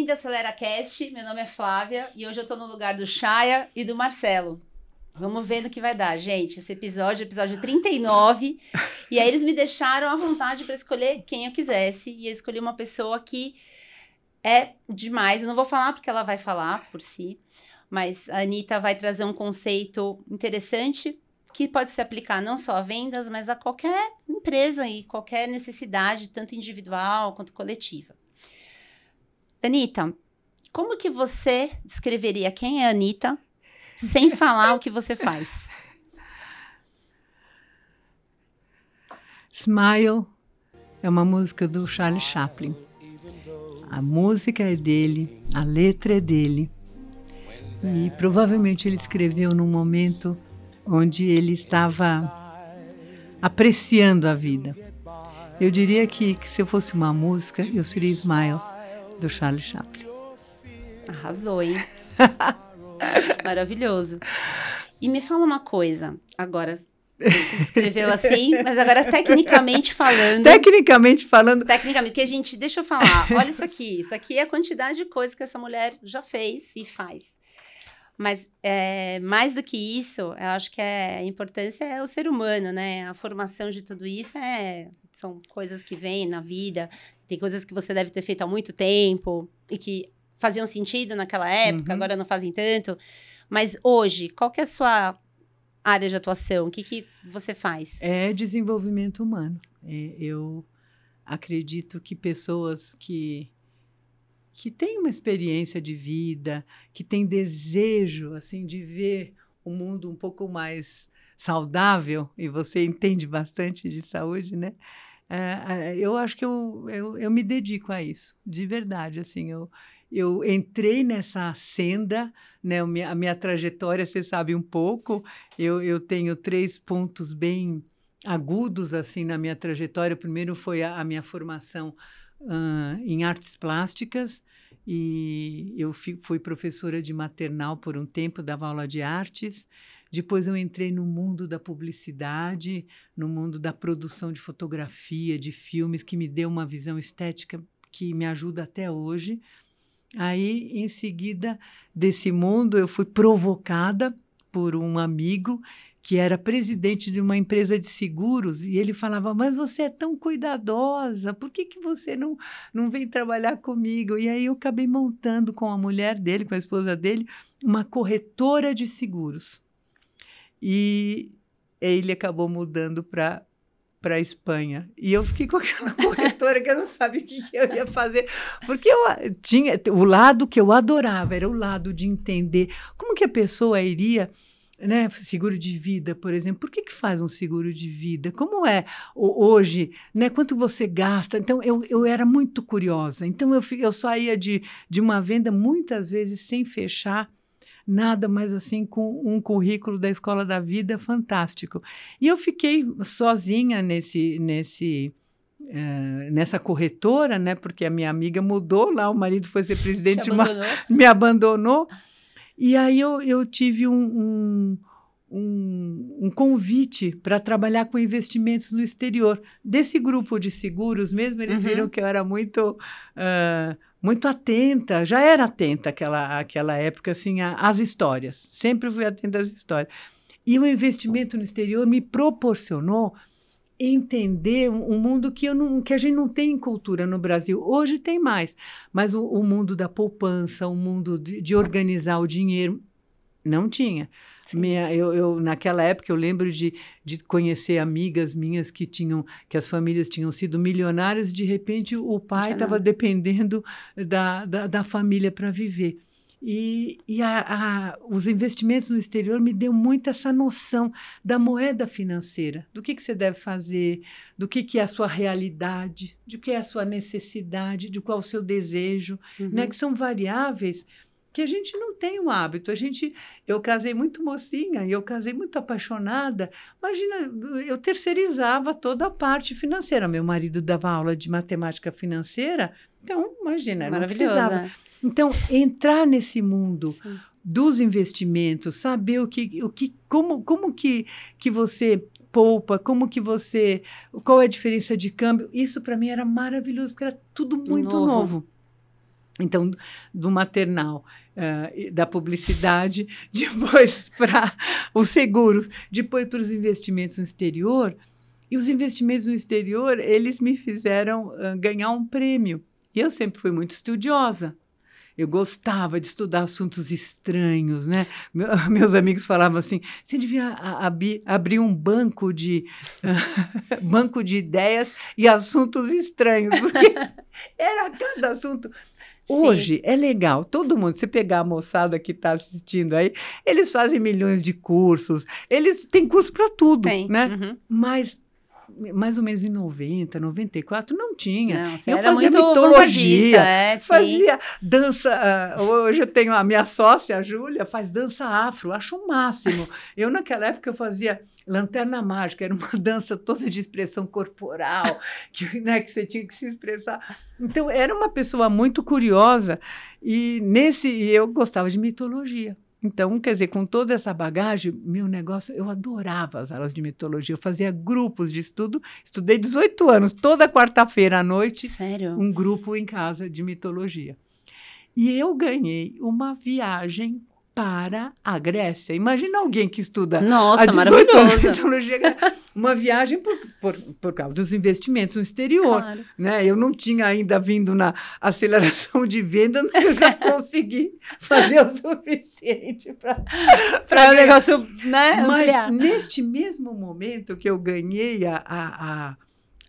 Bem-vindo ao AceleraCast, meu nome é Flávia e hoje eu tô no lugar do Chaya e do Marcelo. Vamos ver no que vai dar, gente. Esse episódio 39, e aí eles me deixaram à vontade para escolher quem eu quisesse, e eu escolhi uma pessoa que é demais. Eu não vou falar porque ela vai falar por si, mas a Anitta vai trazer um conceito interessante que pode se aplicar não só a vendas, mas a qualquer empresa e qualquer necessidade, tanto individual quanto coletiva. Anitta, como que você descreveria quem é a Anitta sem falar o que você faz? Smile é uma música do Charlie Chaplin. A música é dele, a letra é dele. E provavelmente ele escreveu num momento onde ele estava apreciando a vida. Eu diria que se eu fosse uma música, eu seria Smile, do Charlie Chaplin. Arrasou, hein? Maravilhoso. E me fala uma coisa, agora, você escreveu assim, mas agora tecnicamente falando... Tecnicamente, porque, gente, deixa eu falar, olha isso aqui é a quantidade de coisas que essa mulher já fez e faz. Mas, mais do que isso, eu acho que a importância é o ser humano, né? A formação de tudo isso são coisas que vêm na vida, tem coisas que você deve ter feito há muito tempo e que faziam sentido naquela época, agora não fazem tanto. Mas hoje, qual que é a sua área de atuação? O que você faz? É desenvolvimento humano. Eu acredito que pessoas que têm uma experiência de vida, que têm desejo assim, de ver o mundo um pouco mais saudável, e você entende bastante de saúde, né? Eu acho que eu me dedico a isso, de verdade. Assim, eu entrei nessa senda, né? A minha trajetória, você sabe um pouco, eu tenho 3 pontos bem agudos assim, na minha trajetória. O primeiro foi a minha formação em artes plásticas, e eu fui professora de maternal por um tempo, dava aula de artes. Depois eu entrei no mundo da publicidade, no mundo da produção de fotografia, de filmes, que me deu uma visão estética que me ajuda até hoje. Aí, em seguida desse mundo, eu fui provocada por um amigo que era presidente de uma empresa de seguros, e ele falava: mas você é tão cuidadosa, por que você não vem trabalhar comigo? E aí eu acabei montando com a mulher dele, com a esposa dele, uma corretora de seguros. E ele acabou mudando para a Espanha. E eu fiquei com aquela corretora que eu não sabia o que eu ia fazer. Porque eu tinha o lado que eu adorava, era o lado de entender como que a pessoa iria... Né? Seguro de vida, por exemplo. Por que faz um seguro de vida? Como é hoje? Né? Quanto você gasta? Então, eu era muito curiosa. Então, eu saía de uma venda muitas vezes sem fechar nada, mas assim com um currículo da Escola da Vida fantástico. E eu fiquei sozinha nessa corretora, né? Porque a minha amiga mudou lá, o marido foi ser presidente, me abandonou. E aí eu tive um convite para trabalhar com investimentos no exterior. Desse grupo de seguros mesmo, eles viram que eu era muito atenta, já era atenta aquela época, assim, às histórias. Sempre fui atenta às histórias. E o investimento no exterior me proporcionou entender um mundo que a gente não tem cultura no Brasil. Hoje tem mais, mas o mundo da poupança, o mundo de organizar o dinheiro, não tinha. Naquela época, eu lembro de conhecer amigas minhas que as famílias tinham sido milionárias, e de repente o pai estava dependendo da família para viver. E os investimentos no exterior me deu muito essa noção da moeda financeira, do que você deve fazer, do que é a sua realidade, de que é a sua necessidade, de qual é o seu desejo, né? Que são variáveis que a gente não tem o hábito. Eu casei muito mocinha e eu casei muito apaixonada. Imagina, eu terceirizava toda a parte financeira. Meu marido dava aula de matemática financeira, então, imagina, não precisava. Então, entrar nesse mundo dos investimentos, saber como que você poupa, qual é a diferença de câmbio, isso para mim era maravilhoso, porque era tudo muito novo. Então, do maternal, da publicidade, depois para os seguros, depois para os investimentos no exterior. E os investimentos no exterior, eles me fizeram ganhar um prêmio. E eu sempre fui muito estudiosa. Eu gostava de estudar assuntos estranhos, né? Meus amigos falavam assim, você devia abrir um banco de ideias e assuntos estranhos, porque era cada assunto. Hoje é legal, todo mundo, se pegar a moçada que está assistindo aí, eles fazem milhões de cursos, eles têm curso para tudo, né? Uhum. Mas mais ou menos em 90, 94, não tinha. Não, eu fazia mitologia, fazia dança. Hoje eu tenho a minha sócia, a Júlia, faz dança afro, acho o máximo. Eu, naquela época, eu fazia lanterna mágica, era uma dança toda de expressão corporal, que você tinha que se expressar. Então, era uma pessoa muito curiosa e eu gostava de mitologia. Então, quer dizer, com toda essa bagagem, meu negócio, eu adorava as aulas de mitologia. Eu fazia grupos de estudo, estudei 18 anos, toda quarta-feira à noite. Sério? Um grupo em casa de mitologia. E eu ganhei uma viagem para a Grécia. Imagina alguém que estuda há 18 anos de mitologia, uma viagem por causa dos investimentos no exterior. Claro. Né? Eu não tinha ainda vindo na aceleração de venda, mas eu já consegui fazer o suficiente para o negócio, né, ampliar. Mas neste mesmo momento que eu ganhei a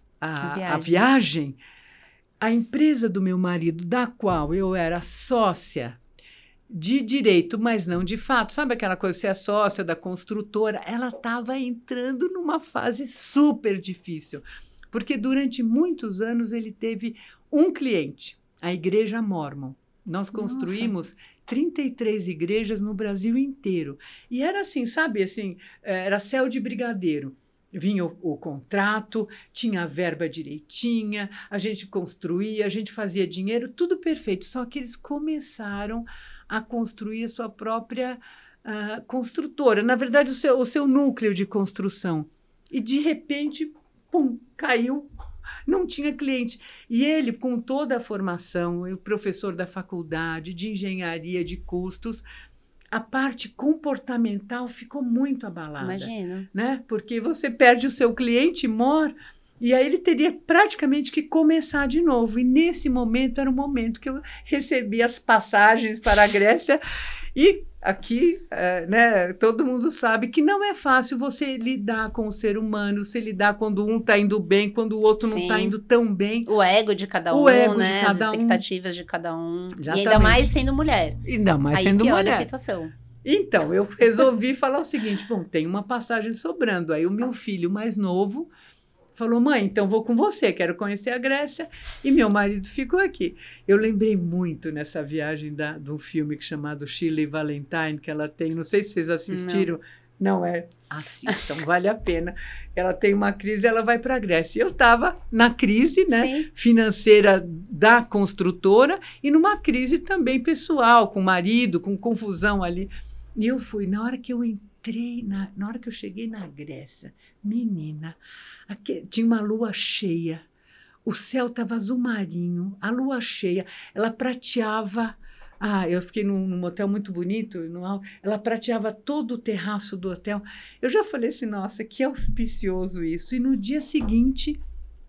viagem, a empresa do meu marido, da qual eu era sócia, de direito, mas não de fato. Sabe aquela coisa, você é sócia da construtora? Ela estava entrando numa fase super difícil, porque durante muitos anos ele teve um cliente, a Igreja Mórmon. Nós construímos 33 igrejas no Brasil inteiro. E era assim, sabe, assim, era céu de brigadeiro. Vinha o contrato, tinha a verba direitinha, a gente construía, a gente fazia dinheiro, tudo perfeito. Só que eles começaram a construir a sua própria construtora. Na verdade, o seu núcleo de construção. E, de repente, pum, caiu. Não tinha cliente. E ele, com toda a formação, o professor da faculdade, de engenharia, de custos, a parte comportamental ficou muito abalada. Imagina. Né? Porque você perde o seu cliente, morre, e aí ele teria praticamente que começar de novo. E nesse momento, era o momento que eu recebi as passagens para a Grécia. E aqui, né, todo mundo sabe que não é fácil você lidar com o ser humano, você lidar quando um está indo bem, quando o outro não está indo tão bem. O ego de cada um, né? As expectativas de cada um. Exatamente. E ainda mais sendo mulher. Ainda mais aí sendo mulher. Aí piora a situação. Então, eu resolvi falar o seguinte, bom, tem uma passagem sobrando. Aí o meu filho mais novo falou, mãe, então vou com você, quero conhecer a Grécia. E meu marido ficou aqui. Eu lembrei muito nessa viagem de um filme chamado Shirley Valentine, que ela tem, não sei se vocês assistiram. Não assistam, vale a pena. Ela tem uma crise, ela vai para a Grécia. Eu estava na crise, né, financeira da construtora e numa crise também pessoal, com o marido, com confusão ali. E eu fui, na hora que eu entrei, na hora que eu cheguei na Grécia, menina, tinha uma lua cheia, o céu estava azul marinho, a lua cheia, ela prateava, eu fiquei num hotel muito bonito, ela prateava todo o terraço do hotel. Eu já falei assim, nossa, que auspicioso isso. E no dia seguinte,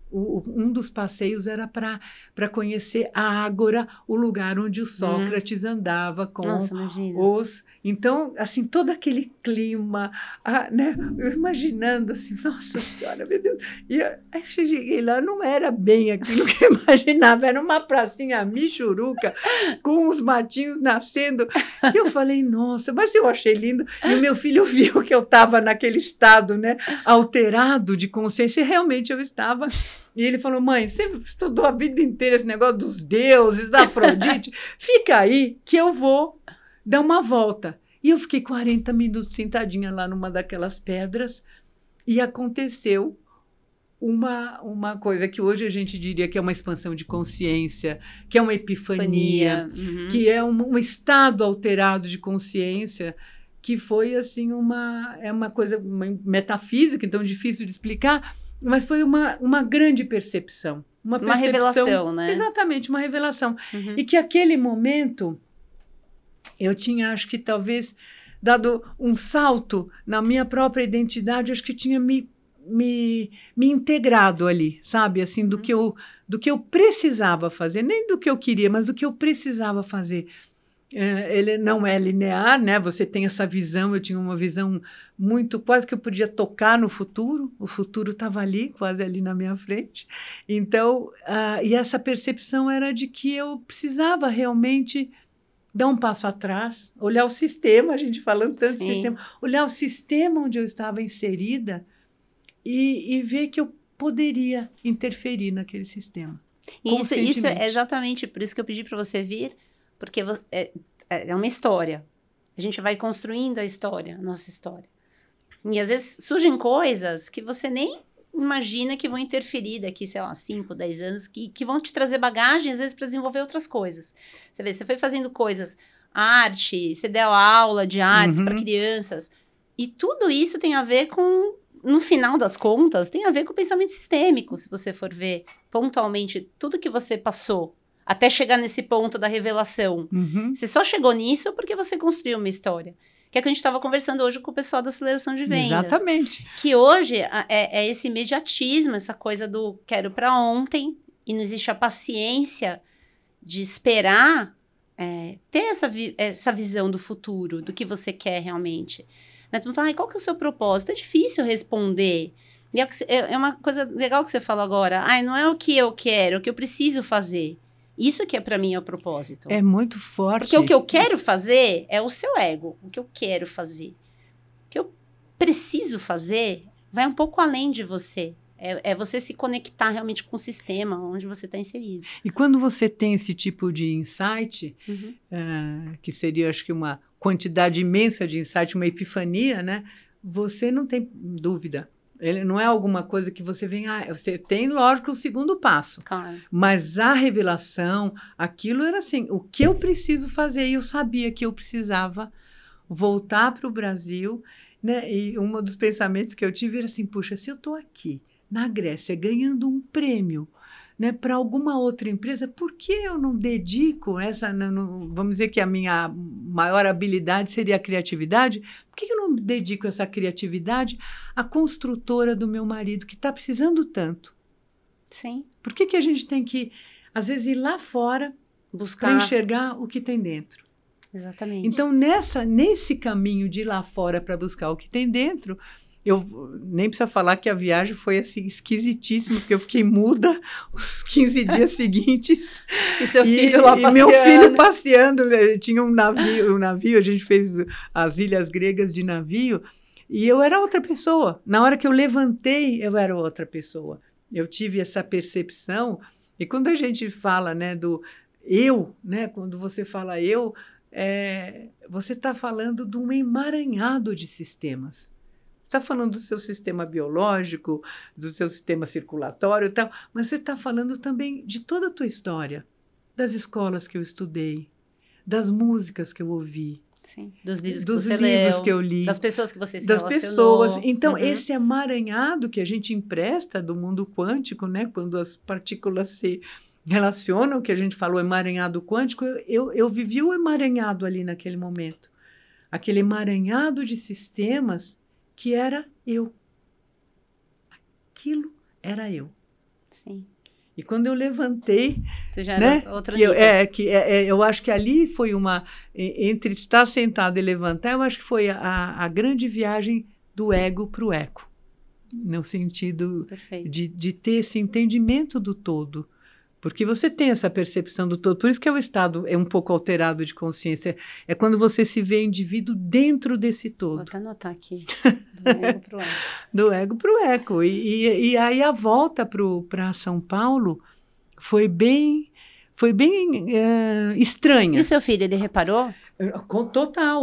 um dos passeios era para conhecer a Ágora, o lugar onde o Sócrates andava com os... Então, assim, todo aquele clima, né? Eu imaginando assim, nossa Senhora, meu Deus. E aí eu cheguei lá, não era bem aquilo que eu imaginava, era uma pracinha michuruca, com os matinhos nascendo. E eu falei, nossa, mas eu achei lindo. E o meu filho viu que eu estava naquele estado, né, alterado de consciência, e realmente eu estava. E ele falou, mãe, você estudou a vida inteira esse negócio dos deuses, da Afrodite, fica aí que eu vou dar uma volta. E eu fiquei 40 minutos sentadinha lá numa daquelas pedras e aconteceu uma coisa que hoje a gente diria que é uma expansão de consciência, que é uma epifania, que é um estado alterado de consciência, que foi assim uma coisa metafísica, então difícil de explicar, Mas foi uma grande percepção. Uma revelação, né? Exatamente, uma revelação. Uhum. E que aquele momento, eu tinha, acho que talvez, dado um salto na minha própria identidade, acho que tinha me integrado ali, sabe? Assim, do que eu precisava fazer, nem do que eu queria, mas do que eu precisava fazer. Ele não é linear, né? Você tem essa visão, eu tinha uma visão muito, quase que eu podia tocar no futuro, o futuro estava ali, quase ali na minha frente. Então, e essa percepção era de que eu precisava realmente dar um passo atrás, olhar o sistema, a gente falando tanto de sistema, olhar o sistema onde eu estava inserida e ver que eu poderia interferir naquele sistema. Isso é exatamente por isso que eu pedi para você vir, porque é uma história. A gente vai construindo a história, a nossa história. E às vezes surgem coisas que você nem imagina que vão interferir daqui, sei lá, 5, 10 anos, que vão te trazer bagagem, às vezes, para desenvolver outras coisas. Você vê, você foi fazendo coisas, arte, você deu aula de artes para crianças, e tudo isso tem a ver com, no final das contas, tem a ver com o pensamento sistêmico, se você for ver pontualmente tudo que você passou, até chegar nesse ponto da revelação. Você só chegou nisso porque você construiu uma história. Que é o que a gente estava conversando hoje com o pessoal da aceleração de vendas. Exatamente. Que hoje é esse imediatismo, essa coisa do quero para ontem, e não existe a paciência de esperar ter essa visão do futuro, do que você quer realmente. Né? Tu não fala, qual que é o seu propósito? É difícil responder. E é uma coisa legal que você falou agora. Não é o que eu quero, é o que eu preciso fazer. Isso que para mim é o propósito. É muito forte. Porque o que eu quero fazer é o seu ego. O que eu quero fazer. O que eu preciso fazer vai um pouco além de você. É você se conectar realmente com o sistema onde você está inserido. E quando você tem esse tipo de insight, que seria, acho que, uma quantidade imensa de insight, uma epifania, né? Você não tem dúvida. Ele não é alguma coisa que você vem... você tem, lógico, o segundo passo. Claro. Mas a revelação, aquilo era assim, o que eu preciso fazer? E eu sabia que eu precisava voltar para o Brasil, né? E um dos pensamentos que eu tive era assim, puxa, se eu estou aqui, na Grécia, ganhando um prêmio, né, para alguma outra empresa, por que eu não dedico vamos dizer que a minha maior habilidade seria a criatividade, por que eu não dedico essa criatividade à construtora do meu marido, que está precisando tanto? Sim. Por que a gente tem que, às vezes, ir lá fora para enxergar o que tem dentro? Exatamente. Então, nesse caminho de ir lá fora para buscar o que tem dentro, eu nem preciso falar que a viagem foi assim esquisitíssima, porque eu fiquei muda os 15 dias seguintes. E seu filho lá passeando. E meu filho passeando. Tinha um navio, a gente fez as ilhas gregas de navio, e eu era outra pessoa. Na hora que eu levantei, eu era outra pessoa. Eu tive essa percepção, e quando a gente fala, né, do eu, né, quando você fala eu, você está falando de um emaranhado de sistemas. Está falando do seu sistema biológico, do seu sistema circulatório e tal, mas você está falando também de toda a tua história, das escolas que eu estudei, das músicas que eu ouvi. Sim, dos livros que eu li. Das pessoas que você se das relacionou. Pessoas. Então, esse emaranhado que a gente empresta do mundo quântico, né, quando as partículas se relacionam, que a gente falou emaranhado quântico, eu vivi o emaranhado ali naquele momento. Aquele emaranhado de sistemas que era eu. Aquilo era eu. Sim. E quando eu levantei... Você já era outra nível. Eu acho que ali foi entre estar sentado e levantar, eu acho que foi a grande viagem do ego para o eco. No sentido de ter esse entendimento do todo. Porque você tem essa percepção do todo. Por isso que o estado é um pouco alterado de consciência. É quando você se vê indivíduo dentro desse todo. Vou até anotar aqui. Do ego para o eco. Do ego para o eco. E aí a volta para São Paulo foi bem estranha. E o seu filho, ele reparou? Total.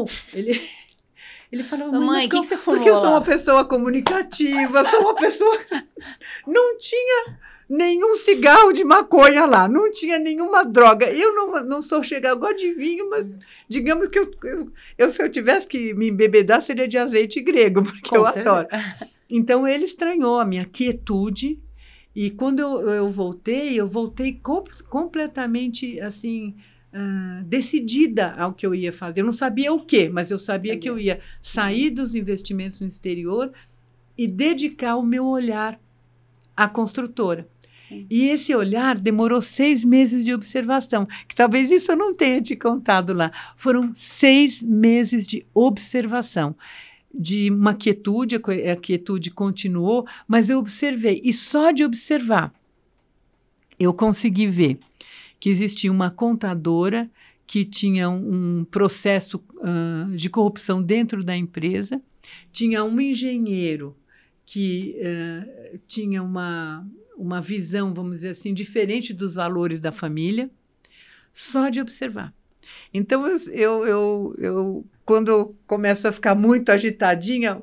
Ele falava, mãe, o que você falou? Porque eu sou uma pessoa comunicativa, sou uma pessoa... Não tinha... nenhum cigarro de maconha lá, não tinha nenhuma droga. Eu não sou chegada, eu gosto de vinho, mas digamos que se eu tivesse que me embebedar, seria de azeite grego, porque eu adoro. Então, ele estranhou a minha quietude. E quando eu voltei completamente, assim, decidida ao que eu ia fazer. Eu não sabia o quê, mas eu sabia que eu ia sair dos investimentos no exterior e dedicar o meu olhar à construtora. Sim. E esse olhar demorou 6 meses de observação, que talvez isso eu não tenha te contado lá. Foram 6 meses de observação, de uma quietude, a quietude continuou, mas eu observei. E só de observar, eu consegui ver que existia uma contadora que tinha um processo de corrupção dentro da empresa, tinha um engenheiro que tinha uma visão, vamos dizer assim, diferente dos valores da família, só de observar. Então, eu quando eu começo a ficar muito agitadinha,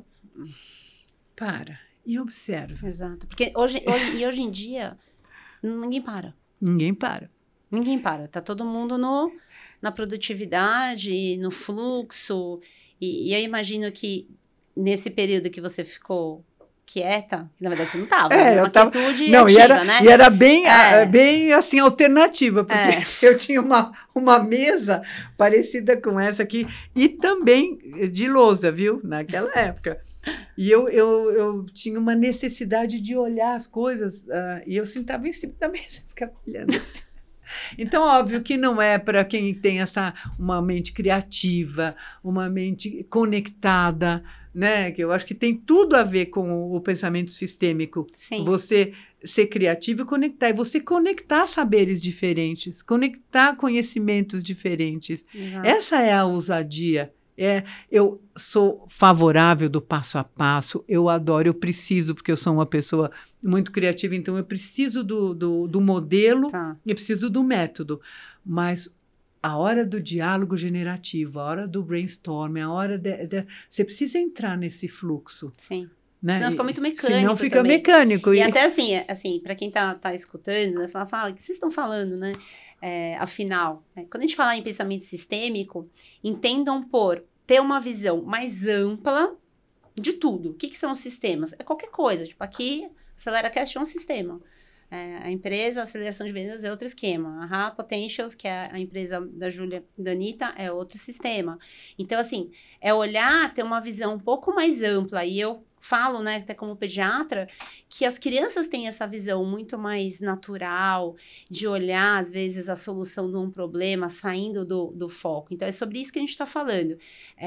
para e observa. Exato. Porque hoje em dia, ninguém para. Ninguém para. Ninguém para. Tá todo mundo na produtividade, no fluxo. E eu imagino que nesse período que você ficou quieta, que na verdade você não estava, eu tava, quietude não, ativa, né? E era bem assim, alternativa, porque eu tinha uma mesa parecida com essa aqui, e também de lousa, viu? Naquela época. E eu tinha uma necessidade de olhar as coisas, e eu sentava em cima da mesa e ficava olhando assim. Então, óbvio que não é para quem tem uma mente criativa, uma mente conectada, né? Que eu acho que tem tudo a ver com o pensamento sistêmico. Sim. Você ser criativo e conectar. E você conectar saberes diferentes, conectar conhecimentos diferentes. Exato. Essa é a ousadia. Eu sou favorável do passo a passo, eu adoro, eu preciso, porque eu sou uma pessoa muito criativa, então eu preciso do modelo, eu preciso do método, mas a hora do diálogo generativo, a hora do brainstorming, a hora você precisa entrar nesse fluxo. Sim. Né? Senão fica muito mecânico. Senão fica também. mecânico. E até assim para quem tá escutando, né, fala, o que vocês estão falando, né? Afinal, né? Quando a gente fala em pensamento sistêmico, entendam por ter uma visão mais ampla de tudo. O que são os sistemas? É qualquer coisa. Tipo, aqui, AceleraCast é um sistema. A empresa, a aceleração de vendas é outro esquema. A Ra Potentials, que é a empresa da Júlia e da Anitta, é outro sistema. Então, assim, é olhar, ter uma visão um pouco mais ampla. E eu falo, né, até como pediatra, que as crianças têm essa visão muito mais natural de olhar, às vezes, a solução de um problema saindo do foco. Então, é sobre isso que a gente está falando.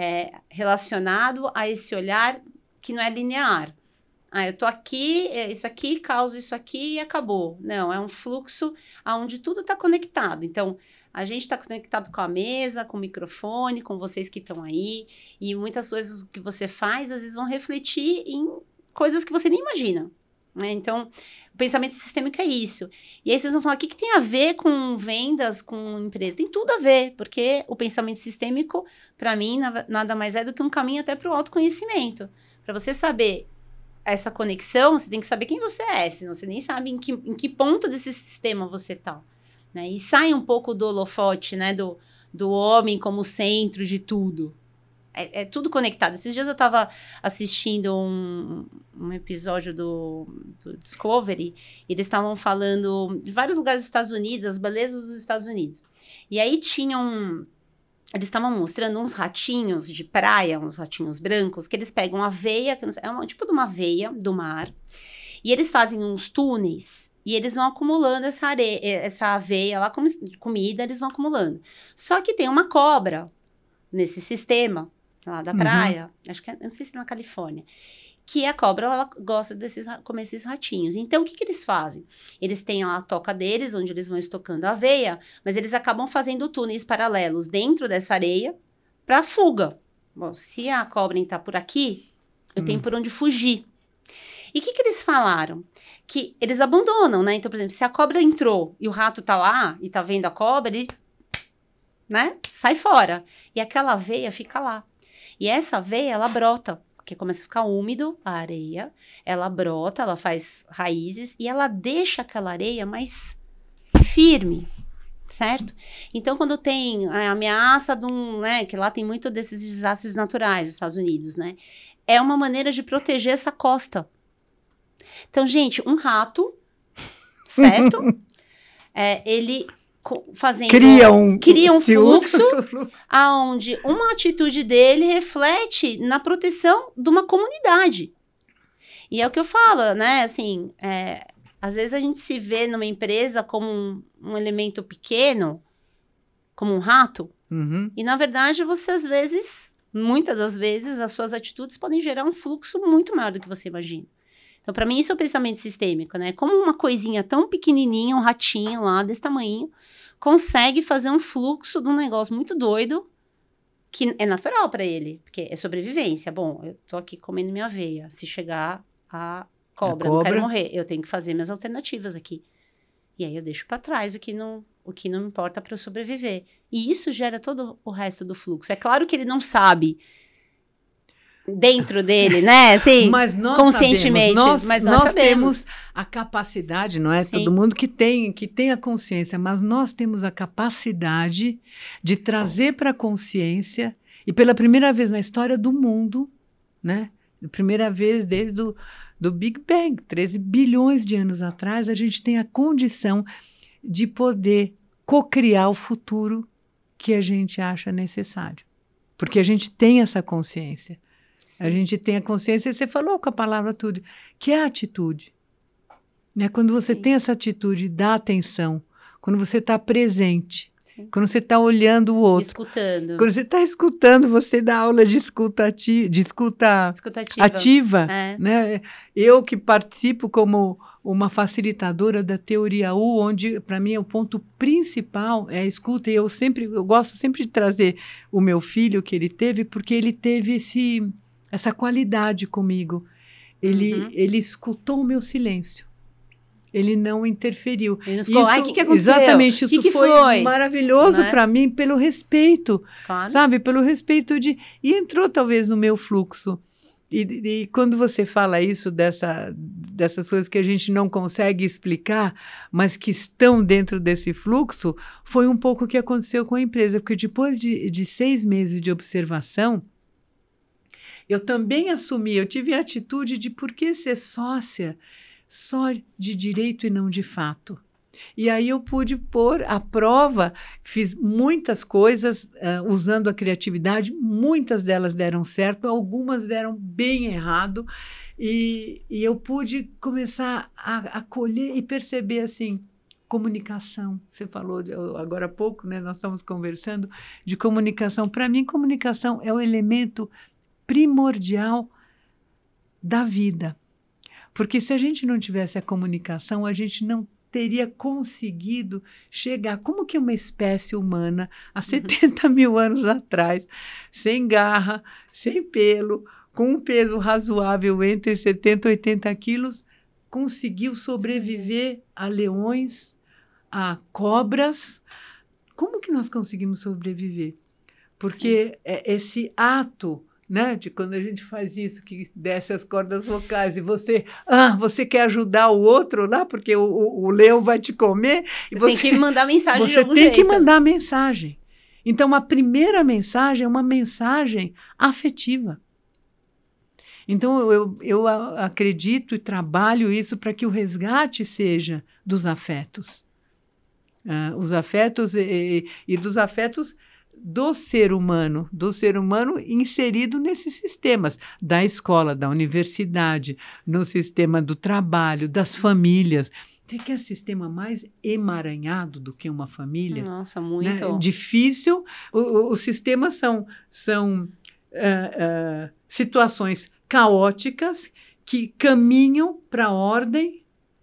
Relacionado a esse olhar que não é linear. Eu tô aqui, isso aqui causa isso aqui e acabou. Não, é um fluxo onde tudo está conectado. Então, a gente está conectado com a mesa, com o microfone, com vocês que estão aí. E muitas coisas que você faz, às vezes, vão refletir em coisas que você nem imagina. Né? Então, o pensamento sistêmico é isso. E aí vocês vão falar, o que tem a ver com vendas, com empresa? Tem tudo a ver, porque o pensamento sistêmico, para mim, nada mais é do que um caminho até para o autoconhecimento. Para você saber essa conexão, você tem que saber quem você é, senão você nem sabe em que ponto desse sistema você está. Né? E sai um pouco do holofote, né? Do homem como centro de tudo. É tudo conectado. Esses dias eu estava assistindo um episódio do Discovery, e eles estavam falando de vários lugares dos Estados Unidos, as belezas dos Estados Unidos. E aí eles estavam mostrando uns ratinhos de praia, uns ratinhos brancos, que eles pegam aveia, que é um tipo de uma aveia do mar, e eles fazem uns túneis, e eles vão acumulando essa aveia lá, como comida, eles vão acumulando. Só que tem uma cobra nesse sistema, lá da praia, acho que eu não sei se é na Califórnia, que a cobra, ela gosta de comer esses ratinhos. Então, o que eles fazem? Eles têm lá a toca deles, onde eles vão estocando a aveia, mas eles acabam fazendo túneis paralelos dentro dessa areia para fuga. Bom, se a cobra está por aqui, eu tenho por onde fugir. E o que eles falaram? Que eles abandonam, né? Então, por exemplo, se a cobra entrou e o rato tá lá e tá vendo a cobra, ele, né, sai fora. E aquela aveia fica lá. E essa aveia, ela brota. Porque começa a ficar úmido a areia, ela brota, ela faz raízes e ela deixa aquela areia mais firme, certo? Então, quando tem a ameaça né, que lá tem muito desses desastres naturais nos Estados Unidos, né? É uma maneira de proteger essa costa. Então, gente, um rato, certo? Ele fazendo... Cria um fluxo aonde uma atitude dele reflete na proteção de uma comunidade. E é o que eu falo, né? Assim, às vezes a gente se vê numa empresa como um elemento pequeno, como um rato, e na verdade você às vezes, muitas das vezes, as suas atitudes podem gerar um fluxo muito maior do que você imagina. Então, para mim, isso é o pensamento sistêmico, né? Como uma coisinha tão pequenininha, um ratinho lá, desse tamanho, consegue fazer um fluxo de um negócio muito doido, que é natural para ele, porque é sobrevivência. Bom, eu tô aqui comendo minha aveia, se chegar a cobra, não quero morrer, eu tenho que fazer minhas alternativas aqui. E aí eu deixo para trás o que não importa para eu sobreviver. E isso gera todo o resto do fluxo. É claro que ele não sabe dentro dele, né? Assim, mas nós conscientemente. Mas nós temos a capacidade, não é? Sim. Todo mundo que tem a consciência, mas nós temos a capacidade de trazer para a consciência, e pela primeira vez na história do mundo, né? Primeira vez desde do Big Bang, 13 bilhões de anos atrás, a gente tem a condição de poder cocriar o futuro que a gente acha necessário. Porque a gente tem essa consciência. Sim. A gente tem a consciência, e você falou com a palavra tudo, que é a atitude. Né? Quando você tem essa atitude, dá atenção, quando você está presente, quando você está olhando o outro. Escutando. Quando você está escutando, você dá aula de escuta ativa. Né? Eu que participo como uma facilitadora da teoria U, onde, para mim, o ponto principal é a escuta. E eu gosto sempre de trazer o meu filho que ele teve, porque ele teve essa qualidade comigo. Ele escutou o meu silêncio. Ele não interferiu. Ele não ficou, o que aconteceu? Exatamente, isso foi maravilhoso para mim, pelo respeito, sabe? Pelo respeito e entrou talvez no meu fluxo. E quando você fala isso, dessas coisas que a gente não consegue explicar, mas que estão dentro desse fluxo, foi um pouco o que aconteceu com a empresa, porque depois de 6 meses de observação, eu também assumi, eu tive a atitude de por que ser sócia só de direito e não de fato. E aí eu pude pôr à prova, fiz muitas coisas usando a criatividade, muitas delas deram certo, algumas deram bem errado, e eu pude começar a colher e perceber assim, comunicação. Você falou agora há pouco, né? Nós estamos conversando de comunicação. Para mim, comunicação é o elemento primordial da vida. Porque se a gente não tivesse a comunicação, a gente não teria conseguido chegar. Como que uma espécie humana, há 70 mil anos atrás, sem garra, sem pelo, com um peso razoável entre 70 e 80 quilos, conseguiu sobreviver a leões, a cobras? Como que nós conseguimos sobreviver? Porque esse ato, né, de quando a gente faz isso, que desce as cordas vocais e você quer ajudar o outro lá, porque o leão vai te comer. Você tem que mandar mensagem de algum jeito. Você tem que mandar mensagem. Então, a primeira mensagem é uma mensagem afetiva. Então, eu acredito e trabalho isso para que o resgate seja dos afetos. Os afetos e dos afetos do ser humano inserido nesses sistemas, da escola, da universidade, no sistema do trabalho, das famílias. Tem que é sistema mais emaranhado do que uma família. Nossa, muito. Né? Difícil. Os sistemas são situações caóticas que caminham para a ordem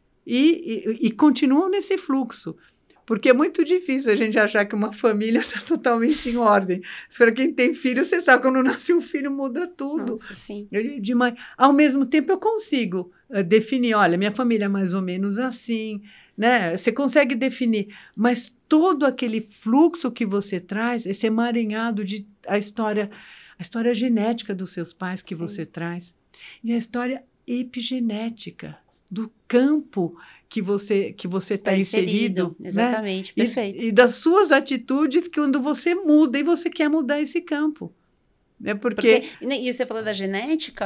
e continuam nesse fluxo. Porque é muito difícil a gente achar que uma família está totalmente em ordem. Para quem tem filho, você sabe, quando nasce um filho, muda tudo. Nossa, sim. Ao mesmo tempo, eu consigo definir, olha, minha família é mais ou menos assim, né? Você consegue definir, mas todo aquele fluxo que você traz, esse emaranhado de a história genética dos seus pais que você traz, e a história epigenética do campo que você está inserido. Exatamente, né? Perfeito. E das suas atitudes quando você muda e você quer mudar esse campo. Porque e você falou da genética,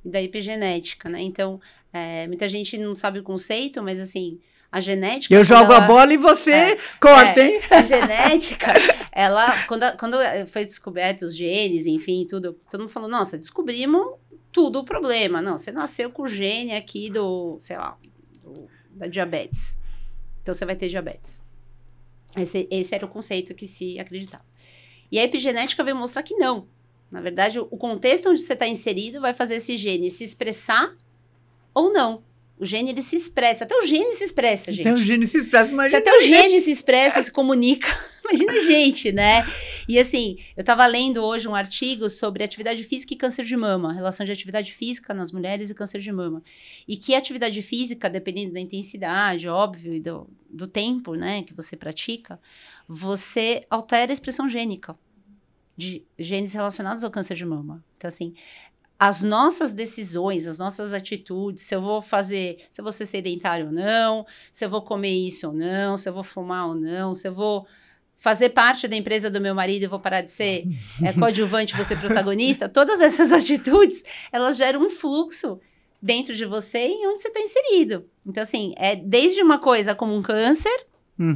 e da epigenética, né? Então, muita gente não sabe o conceito, mas assim, a genética... Eu jogo a bola e você corta, hein? A genética, quando foi descoberto os genes, enfim, tudo, todo mundo falou, nossa, descobrimos tudo o problema. Não, você nasceu com o gene aqui sei lá, da diabetes. Então, você vai ter diabetes. Esse era o conceito que se acreditava. E a epigenética veio mostrar que não. Na verdade, o contexto onde você está inserido vai fazer esse gene se expressar ou não. O gene, ele se expressa. Até o gene se expressa, gente. Até o gene se expressa. Imagina se até o gene se expressa, se comunica. Imagina a gente, né? E assim, eu estava lendo hoje um artigo sobre atividade física e câncer de mama. Relação de atividade física nas mulheres e câncer de mama. E que a atividade física, dependendo da intensidade, óbvio, e do tempo, né, que você pratica, você altera a expressão gênica de genes relacionados ao câncer de mama. Então, assim, as nossas decisões, as nossas atitudes, se eu vou ser sedentário ou não, se eu vou comer isso ou não, se eu vou fumar ou não, se eu vou fazer parte da empresa do meu marido e vou parar de ser coadjuvante, vou ser protagonista, todas essas atitudes, elas geram um fluxo dentro de você e onde você está inserido. Então, assim, desde uma coisa como um câncer,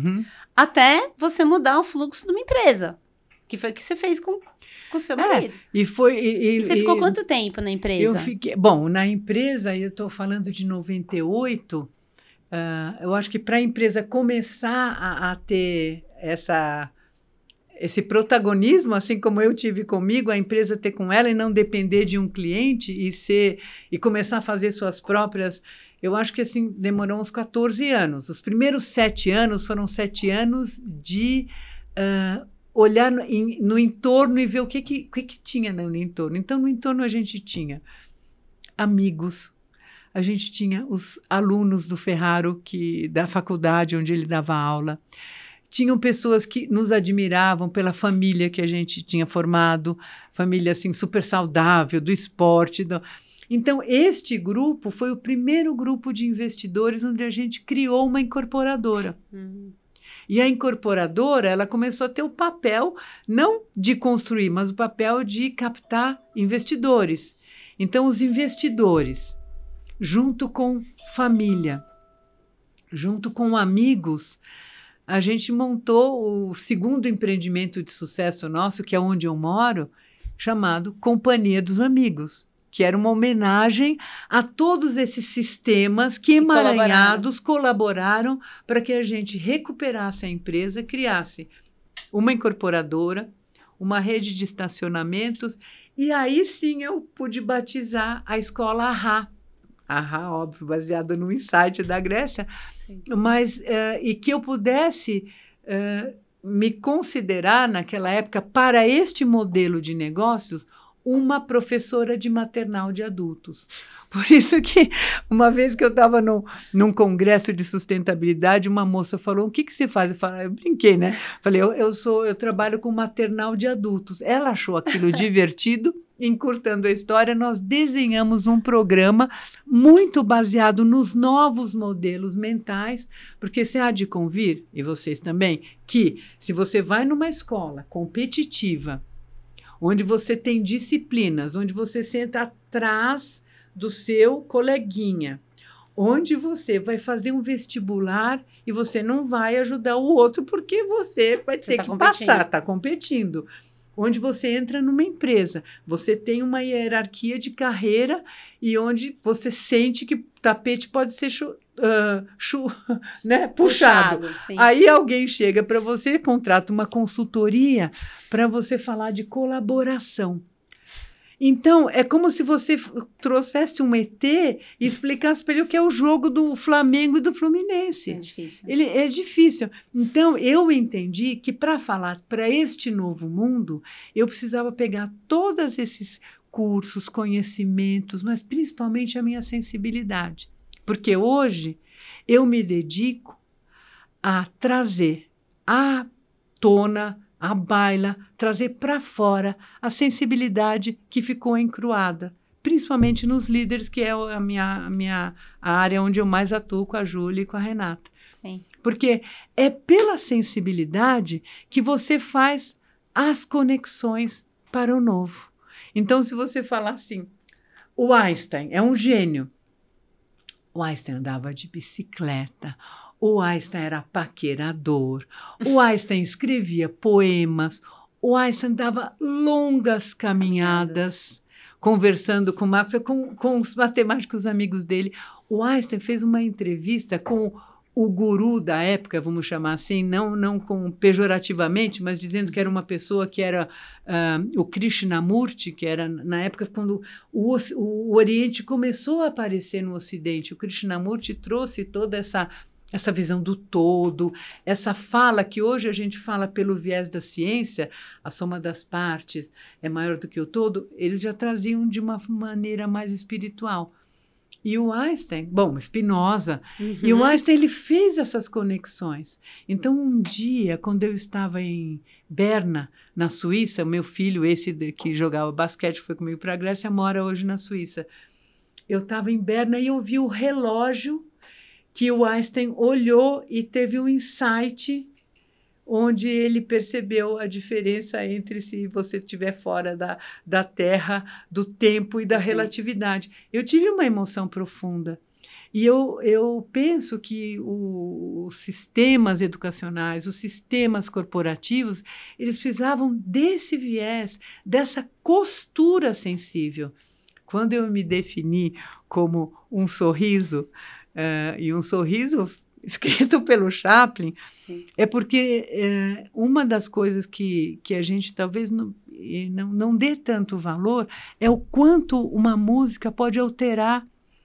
até você mudar o fluxo de uma empresa, que foi o que você fez com o seu marido. E você ficou quanto tempo na empresa? Eu fiquei... Bom, na empresa, eu estou falando de 98, eu acho que para a empresa começar a ter esse protagonismo, assim como eu tive comigo, a empresa ter com ela e não depender de um cliente e começar a fazer suas próprias... Eu acho que assim, demorou uns 14 anos. Os primeiros 7 anos foram 7 anos de... olhar no entorno e ver o que tinha no entorno. Então, no entorno a gente tinha amigos, a gente tinha os alunos do Ferraro, da faculdade onde ele dava aula, tinham pessoas que nos admiravam pela família que a gente tinha formado, família assim, super saudável, do esporte. Então, este grupo foi o primeiro grupo de investidores onde a gente criou uma incorporadora. E a incorporadora, ela começou a ter o papel, não de construir, mas o papel de captar investidores. Então, os investidores, junto com família, junto com amigos, a gente montou o segundo empreendimento de sucesso nosso, que é onde eu moro, chamado Companhia dos Amigos, que era uma homenagem a todos esses sistemas que, emaranhados, colaboraram para que a gente recuperasse a empresa, criasse uma incorporadora, uma rede de estacionamentos, e aí sim eu pude batizar a escola AHA. AHA, óbvio, baseado no insight da Grécia, mas e que eu pudesse me considerar, naquela época, para este modelo de negócios, uma professora de maternal de adultos. Por isso que, uma vez que eu estava num congresso de sustentabilidade, uma moça falou, o que você faz? Eu brinquei, né? Falei, eu trabalho com maternal de adultos. Ela achou aquilo divertido. Encurtando a história, nós desenhamos um programa muito baseado nos novos modelos mentais, porque você há de convir, e vocês também, que se você vai numa escola competitiva, onde você tem disciplinas, onde você senta atrás do seu coleguinha, onde você vai fazer um vestibular e você não vai ajudar o outro porque você vai ter que passar, está competindo. Onde você entra numa empresa, você tem uma hierarquia de carreira e onde você sente que o tapete pode ser né, puxado. Aí alguém chega para você, contrata uma consultoria para você falar de colaboração. Então, é como se você trouxesse um ET e explicasse para ele o que é o jogo do Flamengo e do Fluminense. É difícil. É difícil. Então, eu entendi que para falar para este novo mundo, eu precisava pegar todos esses cursos, conhecimentos, mas principalmente a minha sensibilidade. Porque hoje eu me dedico a trazer à tona, à baila, trazer para fora a sensibilidade que ficou encruada, principalmente nos líderes, que é a minha área onde eu mais atuo com a Júlia e com a Renata. Sim. Porque é pela sensibilidade que você faz as conexões para o novo. Então, se você falar assim, O Einstein é um gênio. O Einstein andava de bicicleta, o Einstein era paquerador, o Einstein escrevia poemas, o Einstein dava longas caminhadas conversando com Marx, com os matemáticos amigos dele. O Einstein fez uma entrevista com o guru da época, vamos chamar assim, não pejorativamente, mas dizendo que era uma pessoa que era o Krishnamurti, que era na época quando o Oriente começou a aparecer no Ocidente. O Krishnamurti trouxe toda essa visão do todo, essa fala que hoje a gente fala pelo viés da ciência, a soma das partes é maior do que o todo, eles já traziam de uma maneira mais espiritual. E o Einstein, bom, Spinoza, e o Einstein ele fez essas conexões. Então, um dia, quando eu estava em Berna, na Suíça, o meu filho, esse que jogava basquete, foi comigo para a Grécia, mora hoje na Suíça. Eu estava em Berna e eu vi o relógio que o Einstein olhou e teve um insight onde ele percebeu a diferença entre se você estiver fora da Terra, do tempo e da relatividade. Eu tive uma emoção profunda. E eu penso que os sistemas educacionais, os sistemas corporativos, eles precisavam desse viés, dessa costura sensível. Quando eu me defini como um sorriso, e um sorriso escrito pelo Chaplin, sim, é porque uma das coisas que a gente talvez não dê tanto valor é o quanto uma música pode alterar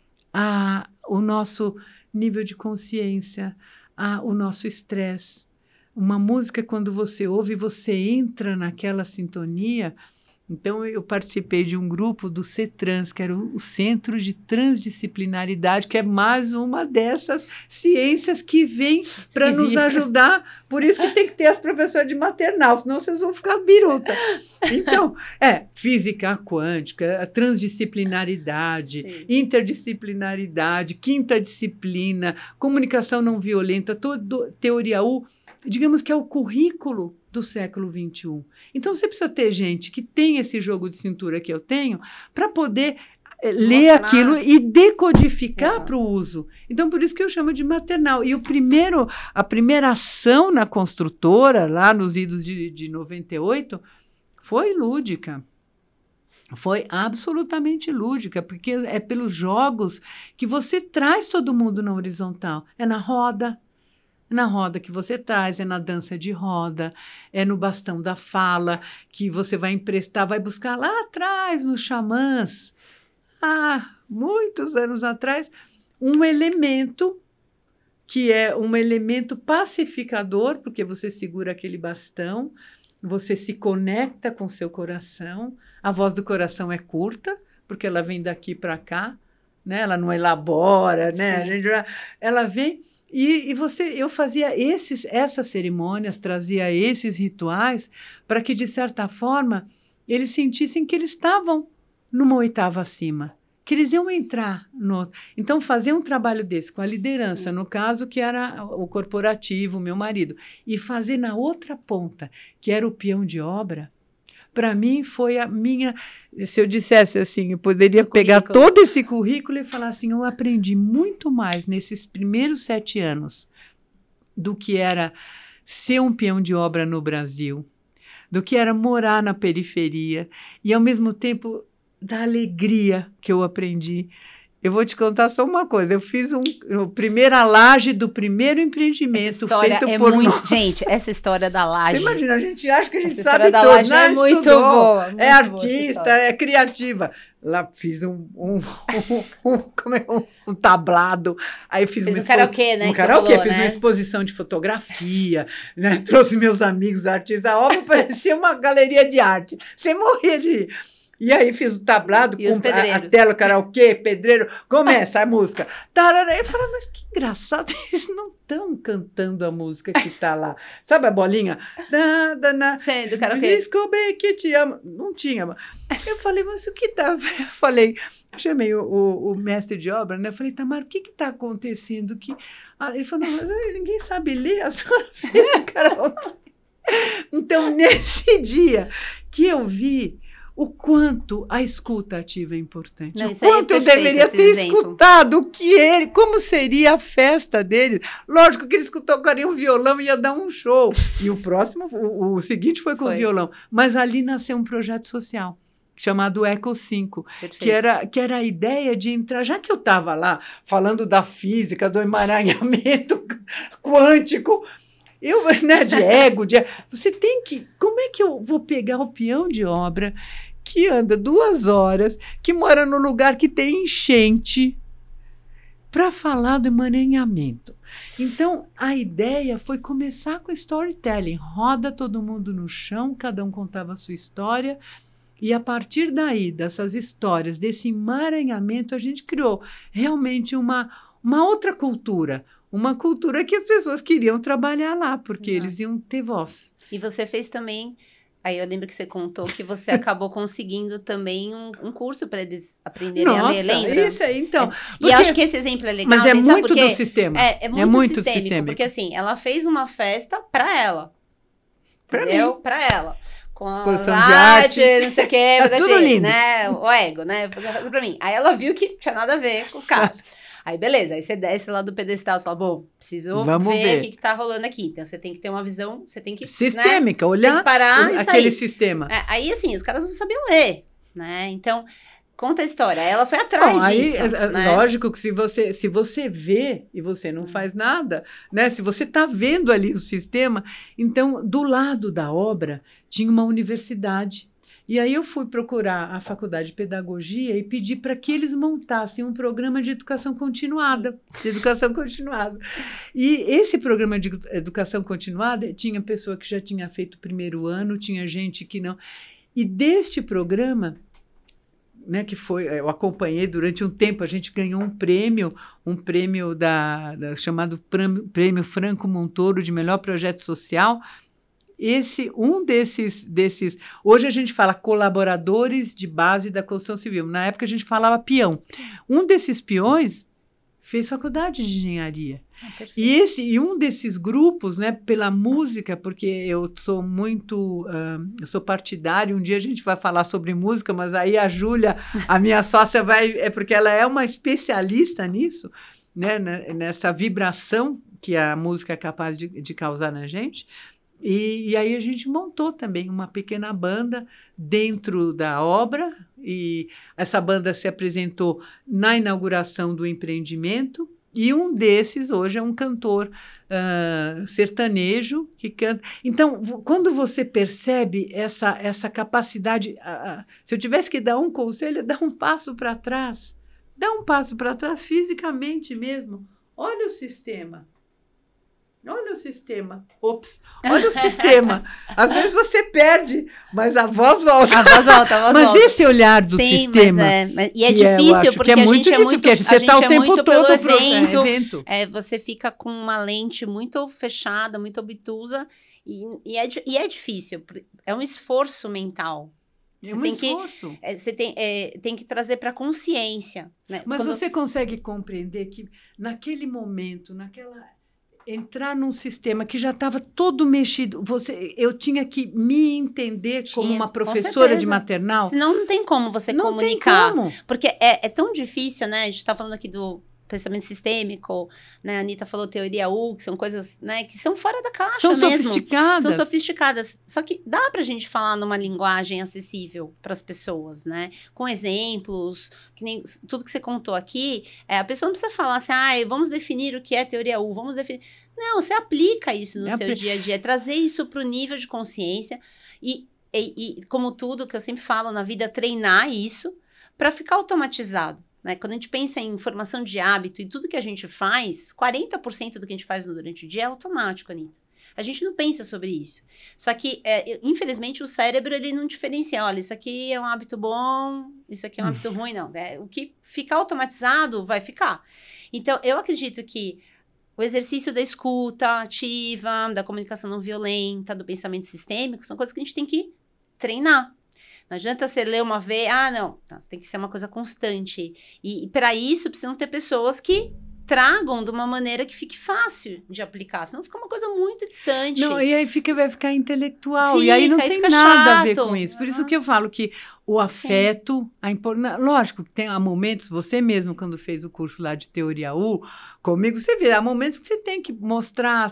o nosso nível de consciência, o nosso estresse. Uma música, quando você ouve, você entra naquela sintonia. Então, eu participei de um grupo do CETRANS, que era o Centro de Transdisciplinaridade, que é mais uma dessas ciências que vem para nos ajudar. Por isso que tem que ter as professoras de maternal, senão vocês vão ficar biruta. Então, física quântica, a transdisciplinaridade, sim, interdisciplinaridade, quinta disciplina, comunicação não violenta, teoria U, digamos que é o currículo do século XXI. Então, você precisa ter gente que tem esse jogo de cintura que eu tenho para poder ler aquilo e decodificar para o uso. Então, por isso que eu chamo de maternal. E a primeira ação na construtora, lá nos idos de 98, foi lúdica. Foi absolutamente lúdica, porque é pelos jogos que você traz todo mundo na horizontal. É na roda que você traz, é na dança de roda, é no bastão da fala, que você vai emprestar, vai buscar lá atrás, nos xamãs, muitos anos atrás, um elemento que é um elemento pacificador, porque você segura aquele bastão, você se conecta com seu coração, a voz do coração é curta, porque ela vem daqui para cá, né? Ela não elabora, né? Ela vem... E eu fazia essas cerimônias, trazia esses rituais para que, de certa forma, eles sentissem que eles estavam numa oitava acima, que eles iam entrar no... Então, fazer um trabalho desse com a liderança, no caso que era o corporativo, o meu marido, e fazer na outra ponta, que era o peão de obra, para mim foi a minha... Se eu dissesse assim, eu poderia pegar todo esse currículo e falar assim, eu aprendi muito mais nesses primeiros 7 anos do que era ser um peão de obra no Brasil, do que era morar na periferia e, ao mesmo tempo, da alegria que eu aprendi. Eu vou te contar só uma coisa. Eu fiz a primeira laje do primeiro empreendimento feito por nós. Gente, essa histra da laje... Você imagina, a gente acha que a gente sabe tudo. Essa história da laje é muito boa. É artista, é criativa. Lá fiz um tablado. Aí fiz um karaokê, né? Um karaokê, fiz uma exposição de fotografia, né? Trouxe meus amigos artistas. A obra parecia uma galeria de arte. Você morria de rir. E aí fiz o tablado, com a tela, karaokê, pedreiro, começa a música. Tarará. Eu falei, mas que engraçado, eles não estão cantando a música que está lá. Sabe a bolinha? Sim, do karaokê. Descobri que te amo. Não tinha. Eu falei, mas o que tá... Eu falei, chamei o mestre de obra, né? Eu falei, Tamara, o que está acontecendo? Ele falou, mas ninguém sabe ler, a senhora fez o karaokê. Então, nesse dia que eu vi o quanto a escuta ativa é importante. Não, o isso aí é quanto eu perfeito, deveria esse ter exemplo. escutado o que ele, como seria a festa dele. Lógico que eles tocariam violão e ia dar um show. E o próximo, o seguinte foi com o violão. Mas ali nasceu um projeto social chamado Eco 5, que era a ideia de entrar, já que eu estava lá falando da física, do emaranhamento quântico, de ego, você tem que... Como é que eu vou pegar o peão de obra que anda 2 horas, que mora no lugar que tem enchente, para falar do emaranhamento? Então, a ideia foi começar com storytelling. Roda todo mundo no chão, cada um contava a sua história, e a partir daí, dessas histórias, desse emaranhamento, a gente criou realmente uma outra cultura. Uma cultura que as pessoas queriam trabalhar lá, porque eles iam ter voz. E você fez também... Aí eu lembro que você contou que você acabou conseguindo também um curso para eles aprenderem a ler, lembra? Isso aí, então. E eu acho que esse exemplo é legal. Mas é muito do sistema. É muito sistêmico. Porque assim, ela fez uma festa para ela. Entendeu? Para ela. Com exposição de arte, não sei o quê. Tudo lindo. Né? O ego, né? Para mim. Aí ela viu que tinha nada a ver com os caras. Aí, beleza. Aí você desce lá do pedestal, você fala, bom, preciso ver o que tá rolando aqui. Então, você tem que ter uma visão, você tem que... Sistêmica, né? olhar tem que parar aquele sistema. Aí, assim, os caras não sabiam ler, né? Então, conta a história. Ela foi atrás disso. Aí, né? Lógico que se você vê e você não faz nada, né? Se você está vendo ali o sistema, então, do lado da obra, tinha uma universidade. E aí eu fui procurar a Faculdade de Pedagogia e pedi para que eles montassem um programa de educação continuada. E esse programa de educação continuada tinha pessoa que já tinha feito o 1º ano, tinha gente que não. E deste programa, né, que foi, eu acompanhei durante um tempo, a gente ganhou um prêmio chamado Prêmio Franco Montoro de melhor projeto social. Desses, hoje a gente fala colaboradores de base da construção civil. Na época a gente falava peão. Um desses peões fez faculdade de engenharia. E um desses grupos, né, pela música, porque eu sou eu sou partidária, um dia a gente vai falar sobre música, mas aí a Júlia, a minha sócia, porque ela é uma especialista nisso, né, nessa vibração que a música é capaz de causar na gente. E aí a gente montou também uma pequena banda dentro da obra, e essa banda se apresentou na inauguração do empreendimento, e um desses hoje é um cantor sertanejo que canta. Então, quando você percebe essa capacidade, se eu tivesse que dar um conselho, é dar um passo para trás. Dá um passo para trás fisicamente mesmo. Olha o sistema. Olha o sistema. Olha o sistema. Às vezes você perde, mas a voz volta. Mas esse olhar do sistema... E é difícil, porque a gente é muito... Porque você está o tempo todo pelo evento. Você fica com uma lente muito fechada, muito obtusa, e é difícil. É um esforço mental. Você tem que trazer para a consciência. Né? Mas você consegue compreender que naquele momento, entrar num sistema que já estava todo mexido, eu tinha que me entender como uma professora de maternal. Senão não tem como você comunicar. Não tem como. Porque é tão difícil, né? A gente está falando aqui do pensamento sistêmico, né? A Anitta falou teoria U, que são coisas, né, que são fora da caixa mesmo. São sofisticadas. Só que dá pra gente falar numa linguagem acessível para as pessoas, né? Com exemplos, que nem tudo que você contou aqui, a pessoa não precisa falar assim, vamos definir o que é teoria U, vamos definir... Não, você aplica isso no seu dia a dia, trazer isso pro nível de consciência e como tudo que eu sempre falo na vida, treinar isso para ficar automatizado. Né? Quando a gente pensa em formação de hábito e tudo que a gente faz, 40% do que a gente faz durante o dia é automático, Anitta. A gente não pensa sobre isso. Só que, infelizmente, o cérebro ele não diferencia. Olha, isso aqui é um hábito bom, isso aqui é um hábito ruim, não. O que ficar automatizado vai ficar. Então, eu acredito que o exercício da escuta ativa, da comunicação não violenta, do pensamento sistêmico, são coisas que a gente tem que treinar. Não adianta você ler uma vez, não, tem que ser uma coisa constante. E para isso precisam ter pessoas que tragam de uma maneira que fique fácil de aplicar, senão fica uma coisa muito distante. Não, e aí vai ficar intelectual, Fica, e aí não aí tem fica nada a ver chato. com isso. Por isso que eu falo que o afeto, lógico que há momentos, você mesmo quando fez o curso lá de Teoria U, comigo, você vê, há momentos que você tem que mostrar,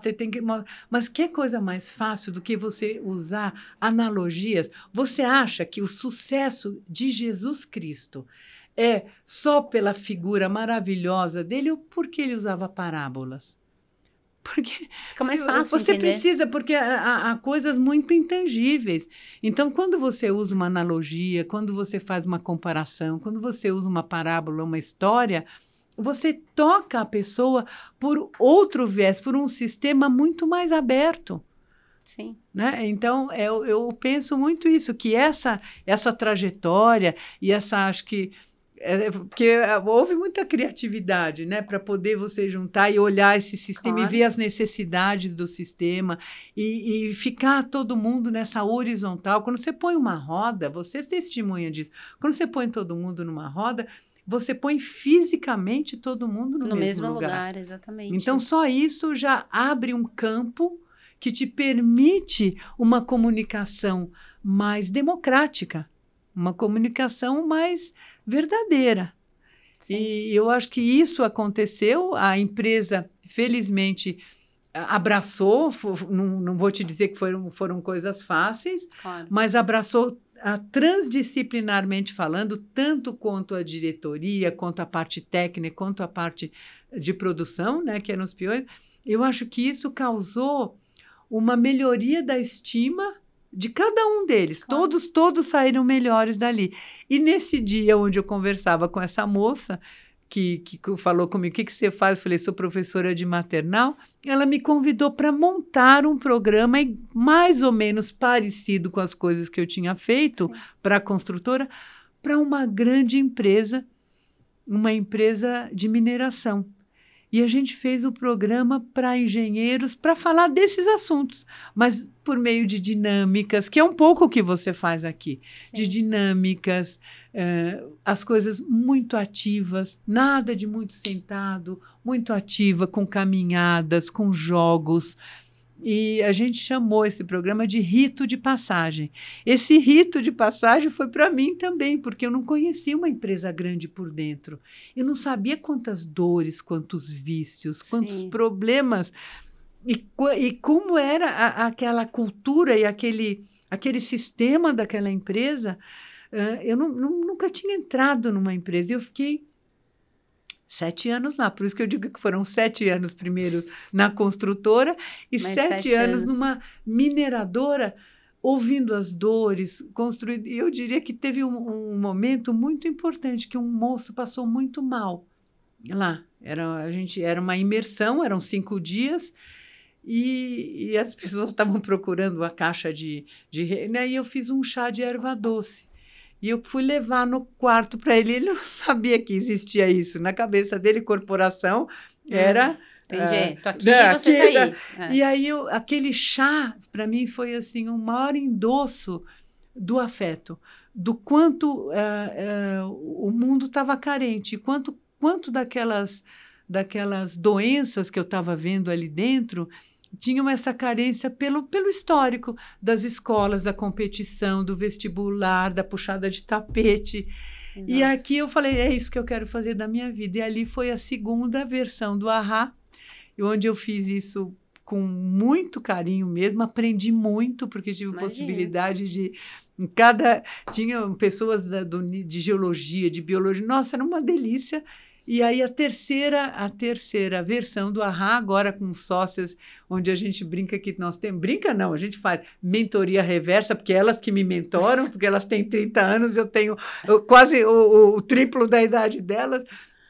mas que coisa mais fácil do que você usar analogias? Você acha que o sucesso de Jesus Cristo é só pela figura maravilhosa dele ou porque ele usava parábolas? Porque fica mais fácil você entender. precisa, porque há coisas muito intangíveis. Então, quando você usa uma analogia, quando você faz uma comparação, quando você usa uma parábola, uma história, você toca a pessoa por outro viés, por um sistema muito mais aberto. Sim. Né? Então, eu penso muito isso, que essa trajetória e acho que porque houve muita criatividade, né, para poder você juntar e olhar esse sistema e ver as necessidades do sistema e ficar todo mundo nessa horizontal. Quando você põe uma roda, você testemunha disso. Quando você põe todo mundo numa roda, você põe fisicamente todo mundo no mesmo lugar. Exatamente. Então, só isso já abre um campo que te permite uma comunicação mais democrática, uma comunicação mais verdadeira. Sim. E eu acho que isso aconteceu, a empresa, felizmente, abraçou, não vou te dizer que foram coisas fáceis, claro, mas abraçou transdisciplinarmente falando, tanto quanto a diretoria, quanto a parte técnica, quanto a parte de produção, né, que eram os peões. Eu acho que isso causou uma melhoria da estima de cada um deles. Claro. Todos saíram melhores dali. E nesse dia onde eu conversava com essa moça, que falou comigo, o que você faz? Eu falei, sou professora de maternal. Ela me convidou para montar um programa mais ou menos parecido com as coisas que eu tinha feito para a construtora, para uma grande empresa, uma empresa de mineração. E a gente fez o programa para engenheiros para falar desses assuntos, mas por meio de dinâmicas, que é um pouco o que você faz aqui, sim, de dinâmicas, as coisas muito ativas, nada de muito sentado, muito ativa, com caminhadas, com jogos. E a gente chamou esse programa de rito de passagem. Esse rito de passagem foi para mim também, porque eu não conhecia uma empresa grande por dentro. Eu não sabia quantas dores, quantos vícios, quantos sim, problemas. E como era aquela cultura e aquele sistema daquela empresa. Eu nunca tinha entrado numa empresa. Eu fiquei 7 anos lá, por isso que eu digo que foram 7 anos primeiro na construtora e 7 anos numa mineradora, ouvindo as dores, construindo. E eu diria que teve um momento muito importante, que um moço passou muito mal lá. Era uma imersão, eram 5 dias, e as pessoas estavam procurando a caixa né, e eu fiz um chá de erva doce. E eu fui levar no quarto para ele. Ele não sabia que existia isso. Na cabeça dele, corporação era... Entendi. Tô aqui e você tá aí. E aí, aquele chá, para mim, foi assim, o maior endosso do afeto, do quanto o mundo estava carente, quanto daquelas doenças que eu estava vendo ali dentro tinham essa carência pelo histórico das escolas, da competição, do vestibular, da puxada de tapete. Exato. E aqui eu falei, é isso que eu quero fazer da minha vida. E ali foi a segunda versão do Ahá, onde eu fiz isso com muito carinho mesmo, aprendi muito, porque tive possibilidade de... Tinha pessoas de geologia, de biologia. Nossa, era uma delícia. E aí a terceira versão do Ahá, agora com sócias, onde a gente brinca que nós temos... Brinca não, a gente faz mentoria reversa, porque elas que me mentoram, porque elas têm 30 anos, eu tenho quase o triplo da idade delas.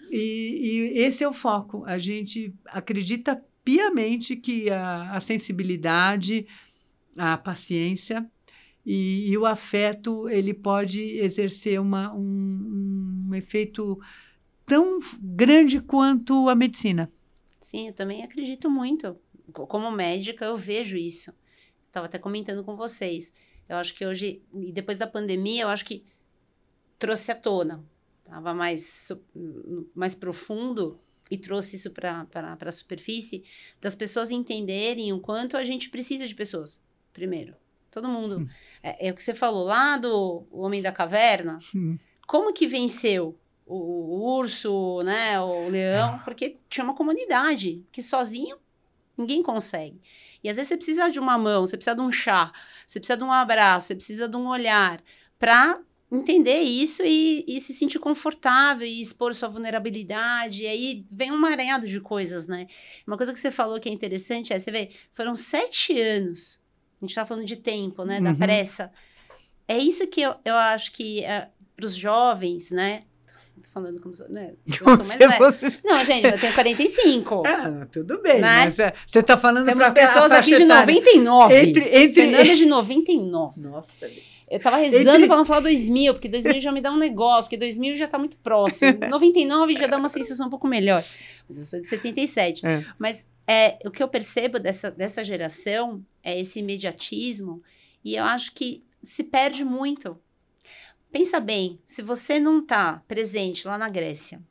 E esse é o foco. A gente acredita piamente que a sensibilidade, a paciência e o afeto, ele pode exercer um efeito tão grande quanto a medicina. Sim, eu também acredito muito. Como médica, eu vejo isso. Estava até comentando com vocês. Eu acho que hoje, e depois da pandemia, eu acho que trouxe à tona. Estava mais profundo e trouxe isso para a superfície, para as pessoas entenderem o quanto a gente precisa de pessoas, primeiro. Todo mundo. É o que você falou lá do Homem da Caverna. Como que venceu o urso, né, o leão? Porque tinha uma comunidade que sozinho ninguém consegue. E às vezes você precisa de uma mão, você precisa de um chá, você precisa de um abraço, você precisa de um olhar para entender isso e se sentir confortável e expor sua vulnerabilidade. E aí vem um emaranhado de coisas, né? Uma coisa que você falou que é interessante você vê, foram 7 anos. A gente tá falando de tempo, né? Da pressa. É isso que eu acho que para os jovens, né? Falando como né? Eu sou mais velha. Não, gente, eu tenho 45. Tudo bem, né? Mas você está falando para pessoas aqui de 99. Fernanda de 99. Nossa, eu tava rezando para não falar 2000, porque 2000 já me dá um negócio, porque 2000 já tá muito próximo. 99 já dá uma sensação um pouco melhor. Mas eu sou de 77. Mas o que eu percebo dessa geração é esse imediatismo, e eu acho que se perde muito. Pensa bem, se você não tá presente lá na Grécia,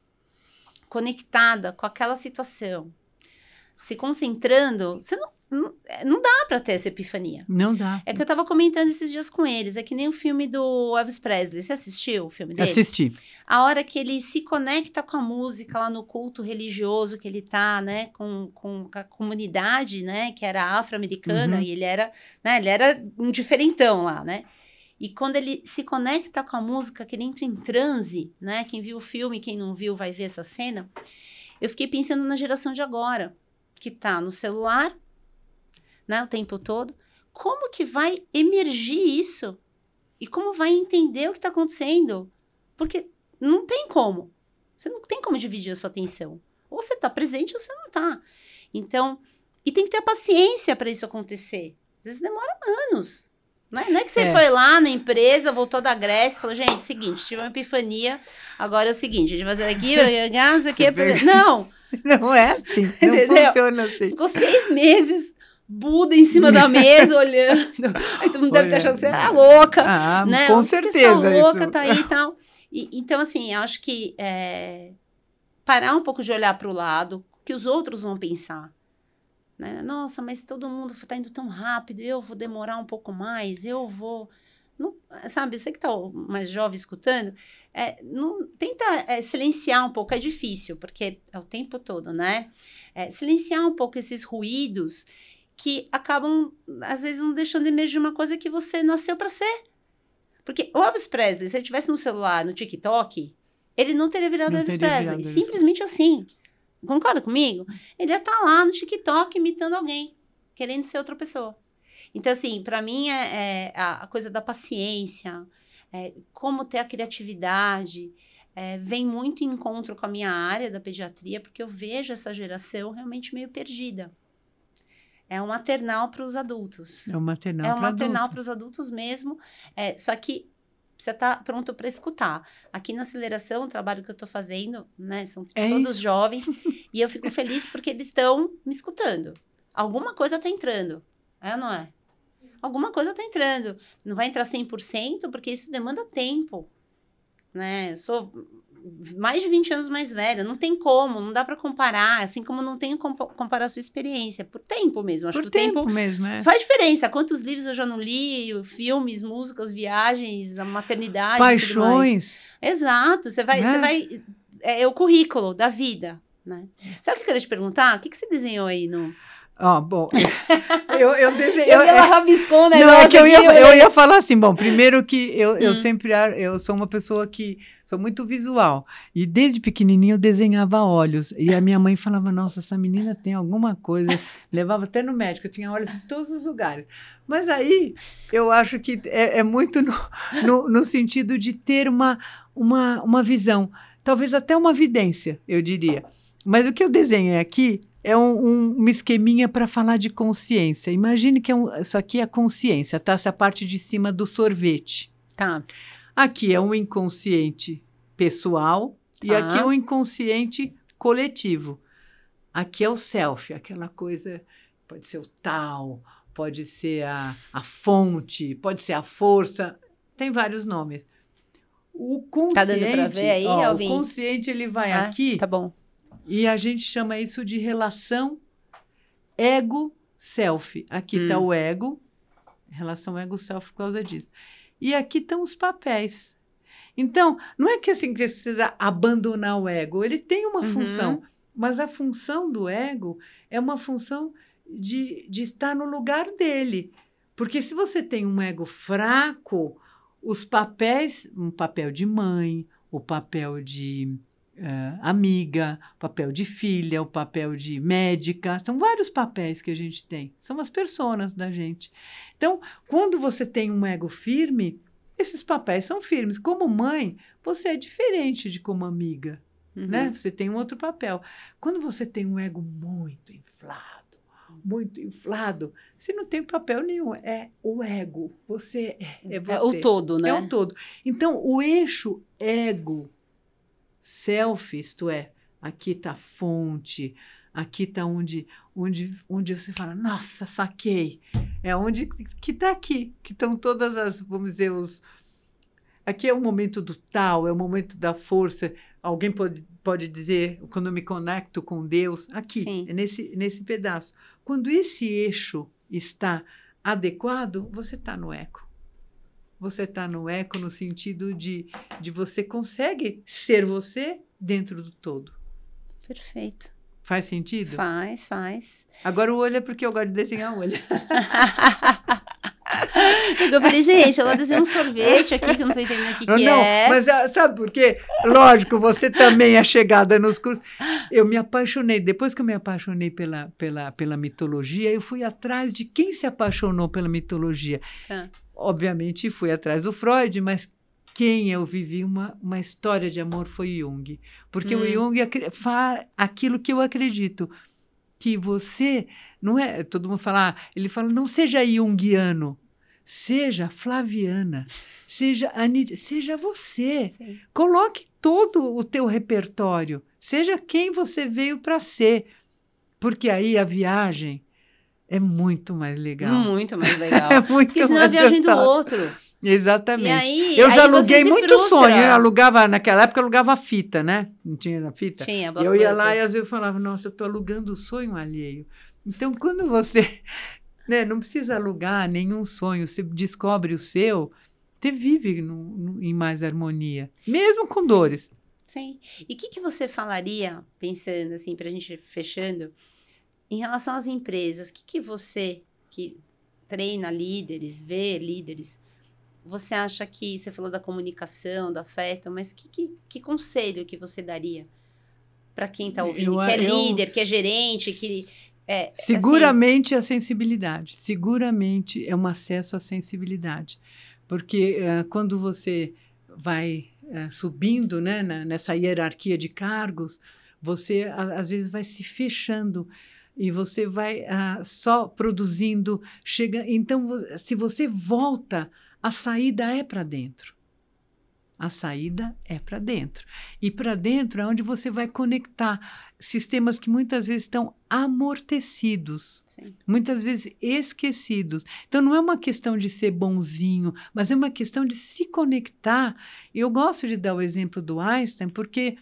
conectada com aquela situação, se concentrando, você não dá para ter essa epifania. Não dá. É que eu tava comentando esses dias com eles, é que nem o filme do Elvis Presley. Você assistiu o filme dele? Assisti. A hora que ele se conecta com a música lá no culto religioso que ele tá, né, com a comunidade, né, que era afro-americana, e ele era um diferentão lá, né? E quando ele se conecta com a música, que ele entra em transe, né? Quem viu o filme, quem não viu vai ver essa cena. Eu fiquei pensando na geração de agora, que tá no celular, né, o tempo todo. Como que vai emergir isso? E como vai entender o que está acontecendo? Porque não tem como. Você não tem como dividir a sua atenção. Ou você está presente ou você não está. Então, e tem que ter a paciência para isso acontecer. Às vezes demora anos. Não é que você foi lá na empresa, voltou da Grécia e falou, gente, seguinte, tive uma epifania, agora é o seguinte, a gente vai fazer aqui, não sei o quê. Não! Não é assim, não funciona assim. Você ficou 6 meses... Buda em cima da mesa, olhando. Aí todo mundo deve ter achado que você era louca. Né? Com certeza. Essa louca tá aí e tal. Então, assim, eu acho que parar um pouco de olhar para o lado, que os outros vão pensar. Né? Nossa, mas todo mundo está indo tão rápido, eu vou demorar um pouco mais, eu vou... Não, sabe, você que está mais jovem escutando, tenta silenciar um pouco, é difícil, porque é o tempo todo, né? Silenciar um pouco esses ruídos que acabam, às vezes, não deixando emergir uma coisa que você nasceu para ser. Porque o Elvis Presley, se ele tivesse no celular, no TikTok, ele não teria virado Elvis Presley. Simplesmente assim. Concorda comigo? Ele ia estar lá no TikTok imitando alguém, querendo ser outra pessoa. Então, assim, para mim é a coisa da paciência, como ter a criatividade, vem muito em encontro com a minha área da pediatria, porque eu vejo essa geração realmente meio perdida. É um maternal para os adultos. É um maternal para os adultos mesmo. Só que você está pronto para escutar. Aqui na aceleração, o trabalho que eu estou fazendo, né, são todos jovens. E eu fico feliz porque eles estão me escutando. Alguma coisa está entrando. É ou não é? Alguma coisa está entrando. Não vai entrar 100%, porque isso demanda tempo. Né? Eu sou mais de 20 anos mais velha, não tem como, não dá para comparar, assim como não tem como comparar a sua experiência, por tempo mesmo, acho que o tempo mesmo, faz diferença, quantos livros eu já não li, filmes, músicas, viagens, a maternidade, paixões, exato, você vai, é o currículo da vida, né? Sabe o que eu queria te perguntar? O que você desenhou aí no... Bom, eu desenhei... Ela rabiscou o negócio. Não, é que eu ia falar assim, bom, primeiro que eu sempre... Eu sou uma pessoa que... Sou muito visual. E desde pequenininho eu desenhava olhos. E a minha mãe falava, nossa, essa menina tem alguma coisa. Levava até no médico, eu tinha olhos em todos os lugares. Mas aí, eu acho que é muito no sentido de ter uma visão. Talvez até uma vidência, eu diria. Mas o que eu desenhei aqui... É um esqueminha para falar de consciência. Imagine que isso aqui é a consciência, tá? Essa parte de cima do sorvete. Tá. Aqui é um inconsciente pessoal e aqui é um inconsciente coletivo. Aqui é o self, aquela coisa, pode ser o tal, pode ser a fonte, pode ser a força, tem vários nomes. O consciente, tá dando para ver aí, Alvin? O consciente ele vai aqui. Tá bom. E a gente chama isso de relação ego-self. Aqui está o ego, relação ego-self por causa disso. E aqui estão os papéis. Então, não é que assim que você precisa abandonar o ego. Ele tem uma função, mas a função do ego é uma função de estar no lugar dele. Porque se você tem um ego fraco, os papéis, um papel de mãe, o papel de amiga, o papel de filha, o papel de médica, são vários papéis que a gente tem, são as personas da gente. Então, quando você tem um ego firme, esses papéis são firmes. Como mãe, você é diferente de como amiga, né? Você tem um outro papel. Quando você tem um ego muito inflado, você não tem papel nenhum, é o ego, você é você. É o todo, né? É o todo. Então, o eixo ego, self, isto é, aqui está a fonte, aqui está onde você fala, nossa, saquei, é onde que está aqui, que estão todas as, vamos dizer, aqui é o momento do tal, é o momento da força. Alguém pode dizer, quando eu me conecto com Deus, aqui, é nesse pedaço. Quando esse eixo está adequado, você está no eco. Você está no eco no sentido de você consegue ser você dentro do todo. Perfeito. Faz sentido? Faz. Agora o olho é porque eu gosto de desenhar o olho. Eu falei, gente, ela desenhou um sorvete aqui que eu não estou entendendo o que é. Mas sabe por quê? Lógico, você também é chegada nos cursos. Eu me apaixonei, depois que eu me apaixonei pela mitologia, eu fui atrás de quem se apaixonou pela mitologia. Obviamente, fui atrás do Freud, mas quem eu vivi uma história de amor foi Jung. Porque o Jung faz aquilo que eu acredito, que você, não é, todo mundo fala, ele fala, não seja junguiano, seja flaviana, seja você. Sim. Coloque todo o teu repertório, seja quem você veio para ser, porque aí a viagem é muito mais legal. Muito mais legal. É muito porque senão mais a viagem do gostoso. outro. Exatamente. Eu já aluguei muito sonho. Eu alugava, naquela época, eu alugava fita, né? Não tinha fita? Tinha, eu ia lá e às vezes eu falava, nossa, eu estou alugando o sonho alheio. Então, quando você não precisa alugar nenhum sonho, você descobre o seu, você vive em mais harmonia, mesmo com dores. Sim. E o que você falaria, pensando assim, para a gente fechando, em relação às empresas, o que você, que treina líderes, vê líderes, você acha que, você falou da comunicação, do afeto, mas que conselho que você daria para quem está ouvindo, que é líder, que é gerente, que... seguramente assim, a sensibilidade, seguramente é um acesso à sensibilidade, porque quando você vai subindo, né, nessa hierarquia de cargos, você às vezes vai se fechando e você vai só produzindo, então se você volta, a saída é para dentro. A saída é para dentro. E para dentro é onde você vai conectar sistemas que muitas vezes estão amortecidos, muitas vezes esquecidos. Então, não é uma questão de ser bonzinho, mas é uma questão de se conectar. E eu gosto de dar o exemplo do Einstein, porque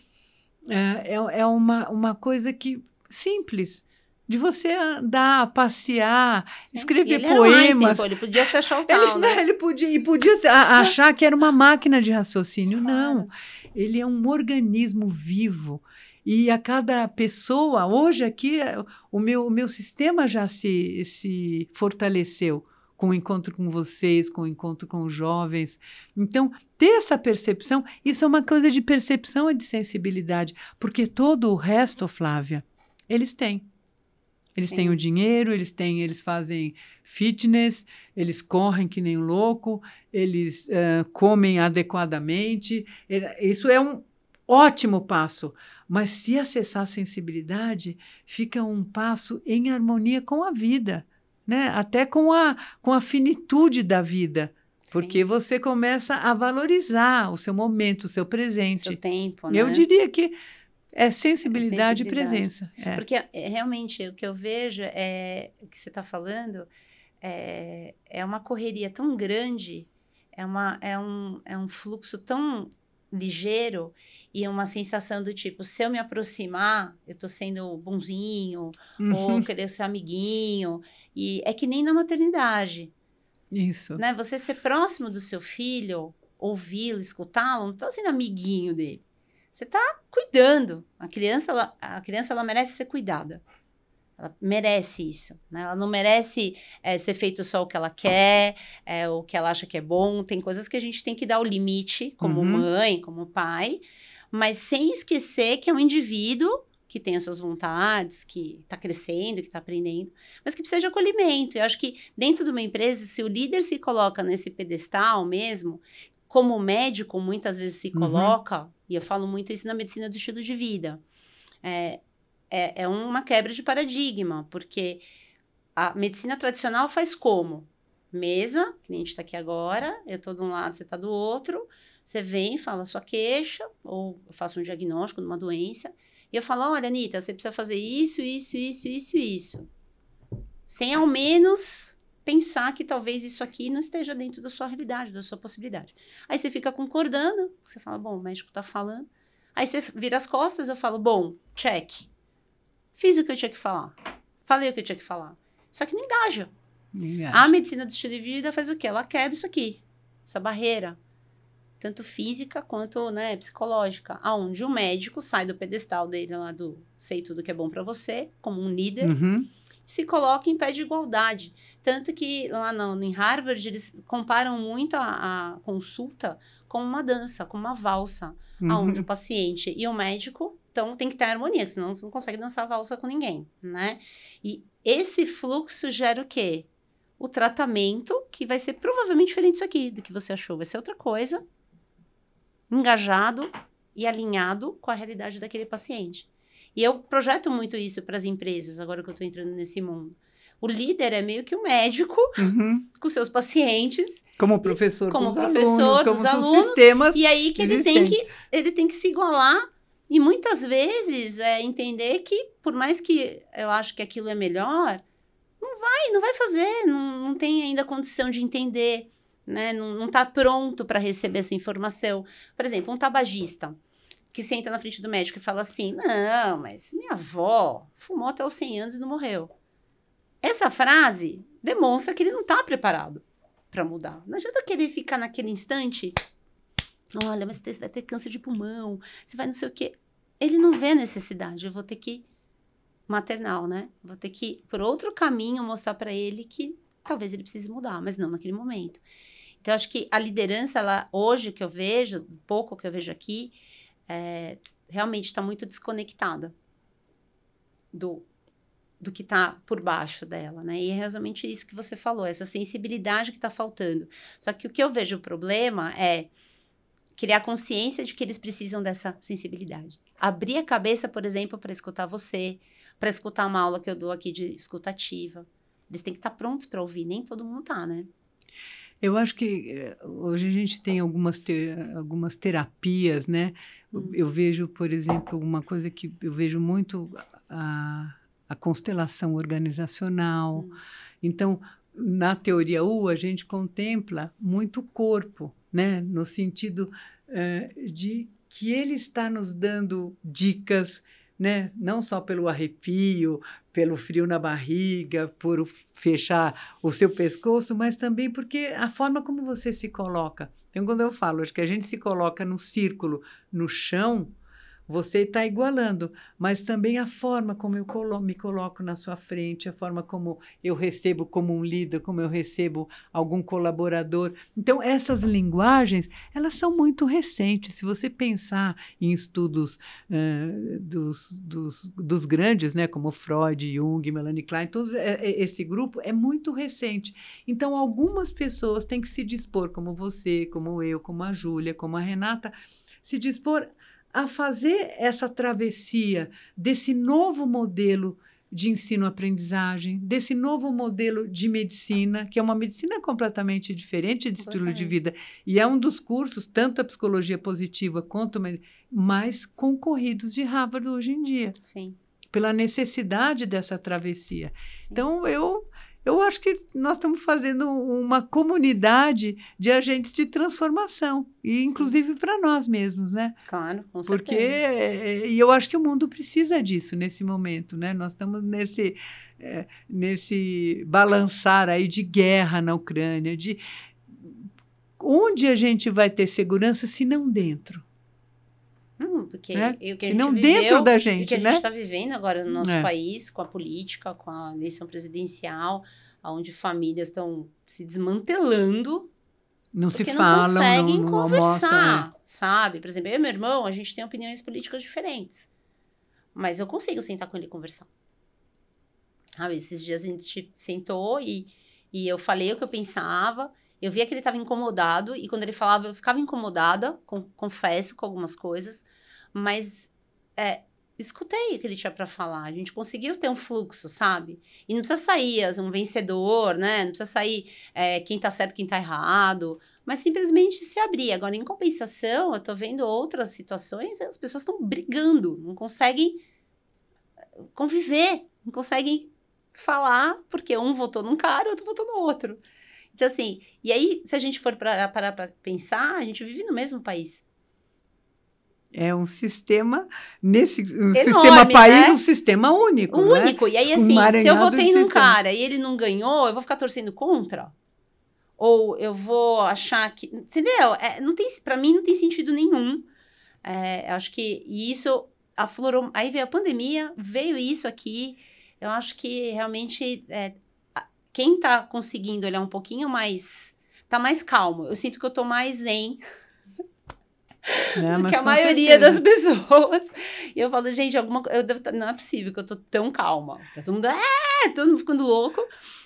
é uma coisa simples. De você andar, passear, escrever poemas. Ele podia se achar o tal, né? Ele podia achar que era uma máquina de raciocínio. Não, ele é um organismo vivo. E a cada pessoa, hoje aqui, o meu sistema já se fortaleceu com o encontro com vocês, com o encontro com os jovens. Então, ter essa percepção, isso é uma coisa de percepção e de sensibilidade, porque todo o resto, Flávia, eles têm. Eles têm o dinheiro, eles fazem fitness, eles correm que nem um louco, eles comem adequadamente. Isso é um ótimo passo. Mas se acessar a sensibilidade, fica um passo em harmonia com a vida, né? Até com a finitude da vida. Porque você começa a valorizar o seu momento, o seu presente. O seu tempo, né? Eu diria que é sensibilidade e presença. Porque realmente o que eu vejo o que você está falando é uma correria tão grande, é um fluxo tão ligeiro e uma sensação do tipo, se eu me aproximar, eu tô sendo bonzinho, ou querer ser amiguinho. E é que nem na maternidade. Isso. Né? Você ser próximo do seu filho, ouvi-lo, escutá-lo, não tá sendo amiguinho dele. Você tá cuidando. A criança, ela merece ser cuidada. Ela merece isso, né? Ela não merece ser feito só o que ela quer, o que ela acha que é bom. Tem coisas que a gente tem que dar o limite, como mãe, como pai, mas sem esquecer que é um indivíduo que tem as suas vontades, que está crescendo, que está aprendendo, mas que precisa de acolhimento. Eu acho que dentro de uma empresa, se o líder se coloca nesse pedestal mesmo, como o médico muitas vezes se coloca, e eu falo muito isso na medicina do estilo de vida, é uma quebra de paradigma, porque a medicina tradicional faz como? Mesa, que nem a gente está aqui agora, eu estou de um lado, você está do outro, você vem, fala a sua queixa, ou eu faço um diagnóstico de uma doença, e eu falo, olha, Anitta, você precisa fazer isso, isso, isso, isso, isso. Sem ao menos pensar que talvez isso aqui não esteja dentro da sua realidade, da sua possibilidade. Aí você fica concordando, você fala, bom, o médico está falando. Aí você vira as costas, eu falo, bom, check. Fiz o que eu tinha que falar. Falei o que eu tinha que falar. Só que não engaja. A medicina do estilo de vida faz o quê? Ela quebra isso aqui, essa barreira. Tanto física quanto, né, psicológica. Aonde o médico sai do pedestal dele lá do sei tudo que é bom para você, como um líder, se coloca em pé de igualdade. Tanto que lá em Harvard eles comparam muito a consulta com uma dança, com uma valsa, aonde o paciente e o médico tem que ter harmonia, senão você não consegue dançar valsa com ninguém, né? E esse fluxo gera o quê? O tratamento, que vai ser provavelmente diferente disso aqui, do que você achou. Vai ser outra coisa, engajado e alinhado com a realidade daquele paciente. E eu projeto muito isso para as empresas, agora que eu estou entrando nesse mundo. O líder é meio que um médico com seus pacientes. Como professor dos alunos. Sistemas e aí que ele tem que se igualar. E muitas vezes entender que, por mais que eu acho que aquilo é melhor, não vai fazer, não tem ainda condição de entender, né? Não está pronto para receber essa informação. Por exemplo, um tabagista que senta na frente do médico e fala assim, não, mas minha avó fumou até os 100 anos e não morreu. Essa frase demonstra que ele não está preparado para mudar. Não adianta querer ficar naquele instante, olha, mas você vai ter câncer de pulmão, você vai não sei o quê. Ele não vê necessidade, eu vou ter que, maternal, né? Vou ter que, por outro caminho, mostrar para ele que talvez ele precise mudar, mas não naquele momento. Então, acho que a liderança, ela, hoje, que eu vejo, pouco que eu vejo aqui, realmente está muito desconectada do que está por baixo dela, né? E é realmente isso que você falou, essa sensibilidade que está faltando. Só que o que eu vejo o problema é criar consciência de que eles precisam dessa sensibilidade. Abrir a cabeça, por exemplo, para escutar você, para escutar uma aula que eu dou aqui de escutativa. Eles têm que estar prontos para ouvir, nem todo mundo está, né? Eu acho que hoje a gente tem algumas terapias, né? Eu vejo, por exemplo, uma coisa que eu vejo muito, a constelação organizacional. Então, na teoria U, a gente contempla muito o corpo, né? No sentido de que ele está nos dando dicas, né? Não só pelo arrepio, pelo frio na barriga, por fechar o seu pescoço, mas também porque a forma como você se coloca. Então, quando eu falo, acho que a gente se coloca no círculo, no chão, você está igualando, mas também a forma como eu me coloco na sua frente, a forma como eu recebo como um líder, como eu recebo algum colaborador. Então, essas linguagens, elas são muito recentes. Se você pensar em estudos dos grandes, né, como Freud, Jung, Melanie Klein, todo esse grupo é muito recente. Então, algumas pessoas têm que se dispor, como você, como eu, como a Júlia, como a Renata, se dispor a fazer essa travessia desse novo modelo de ensino-aprendizagem, desse novo modelo de medicina, que é uma medicina completamente diferente de estilo de vida, e é um dos cursos, tanto a psicologia positiva quanto mais concorridos de Harvard hoje em dia. Sim. Pela necessidade dessa travessia. Sim. Então, eu acho que nós estamos fazendo uma comunidade de agentes de transformação, e inclusive para nós mesmos, né? Claro, com Porque certeza. e eu acho que o mundo precisa disso nesse momento, né? Nós estamos nesse balançar aí de guerra na Ucrânia, de onde a gente vai ter segurança se não dentro? Porque Né? o que a Que gente não viveu, dentro da e gente, o que a né? gente está vivendo agora no nosso É. país, com a política, com a eleição presidencial, onde famílias estão se desmantelando Não se porque não falam, conseguem não almoçam. conversar, sabe? Por exemplo, eu e meu irmão, a gente tem opiniões políticas diferentes, mas eu consigo sentar com ele e conversar. Sabe? Esses dias a gente sentou e eu falei o que eu pensava, eu via que ele estava incomodado, e quando ele falava, eu ficava incomodada, confesso, com algumas coisas, mas escutei o que ele tinha para falar, a gente conseguiu ter um fluxo, sabe? E não precisa sair um vencedor, né? Não precisa sair quem tá certo, quem tá errado, mas simplesmente se abrir. Agora, em compensação, eu tô vendo outras situações, as pessoas estão brigando, não conseguem conviver, não conseguem falar, porque um votou num cara e outro votou no outro. Então, assim, e aí, se a gente for parar para pensar, a gente vive no mesmo país. É um sistema, um enorme, sistema país, né? um sistema único, Um né? único. E aí, Um assim, se eu emaranhado votei de num sistema. cara e ele não ganhou, eu vou ficar torcendo contra? Ou eu vou achar que... Entendeu? Pra mim, não tem sentido nenhum. Acho que isso aflorou... Aí veio a pandemia, veio isso aqui. Eu acho que realmente quem tá conseguindo olhar um pouquinho mais... Tá mais calmo. Eu sinto que eu tô mais zen do que a maioria das pessoas. E eu falo, gente, não é possível que eu tô tão calma. Tá todo mundo ficando louco.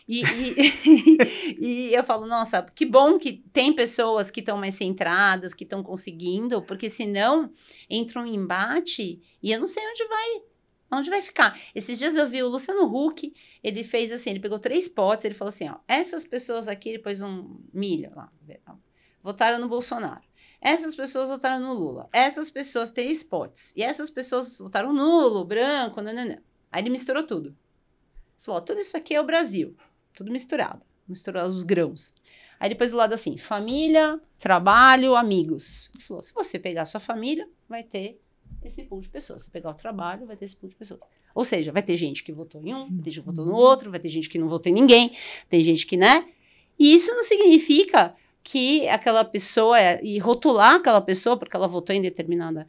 E eu falo, nossa, que bom que tem pessoas que estão mais centradas, que estão conseguindo, porque senão entra um embate e eu não sei onde vai ficar. Esses dias eu vi o Luciano Huck, ele fez assim, ele pegou 3 potes, ele falou assim, ó, essas pessoas aqui, ele pôs um milho lá, votaram no Bolsonaro. Essas pessoas votaram no Lula. Essas pessoas têm spots. E essas pessoas votaram nulo, branco, nananã. Aí ele misturou tudo. Falou, tudo isso aqui é o Brasil. Tudo misturado. Misturou os grãos. Aí depois do lado assim, família, trabalho, amigos. Ele falou, se você pegar a sua família, vai ter esse pool de pessoas. Se pegar o trabalho, vai ter esse pool de pessoas. Ou seja, vai ter gente que votou em um, vai ter gente que votou no outro, vai ter gente que não votou em ninguém, tem gente que, né? E isso não significa que aquela pessoa, e rotular aquela pessoa, porque ela votou em determinado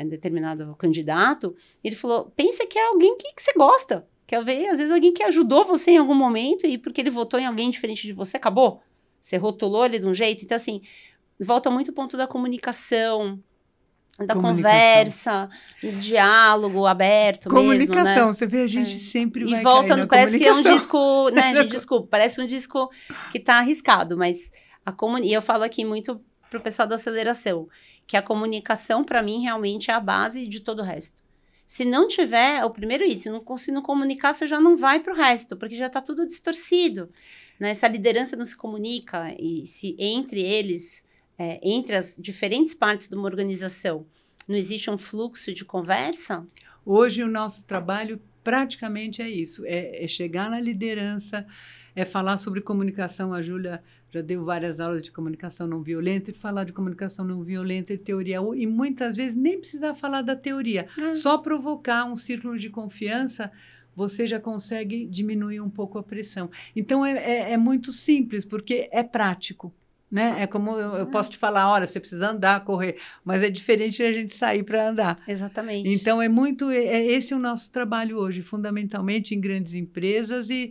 candidato, ele falou, pensa que é alguém que você gosta, quer ver, às vezes alguém que ajudou você em algum momento, e porque ele votou em alguém diferente de você, acabou. Você rotulou ele de um jeito, então assim, volta muito o ponto da comunicação, da conversa, do diálogo aberto comunicação, mesmo, né? Você vê, a gente sempre vai volta, cair na parece que é um comunicação. disco, né, gente, desculpa, parece um disco que tá arriscado, mas e eu falo aqui muito pro pessoal da aceleração, que a comunicação, para mim, realmente é a base de todo o resto. Se não tiver, o primeiro item, se não comunicar, você já não vai pro resto, porque já tá tudo distorcido, né? Se a liderança não se comunica, e se entre eles, entre as diferentes partes de uma organização, não existe um fluxo de conversa... Hoje, o nosso trabalho praticamente é isso, é chegar na liderança, é falar sobre comunicação. A Júlia já deu várias aulas de comunicação não violenta, e falar de comunicação não violenta e teoria, e muitas vezes nem precisar falar da teoria, só provocar um círculo de confiança, você já consegue diminuir um pouco a pressão. Então, é muito simples, porque é prático. Né? É como eu posso te falar, olha, você precisa andar, correr, mas é diferente a gente sair para andar. Exatamente. Então, esse é o nosso trabalho hoje, fundamentalmente em grandes empresas, e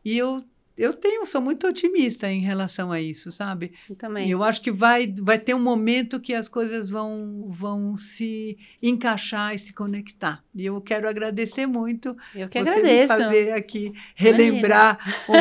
sou muito otimista em relação a isso, sabe? Eu também. Eu acho que vai ter um momento que as coisas vão se encaixar e se conectar. E eu quero agradecer muito você me fazer aqui relembrar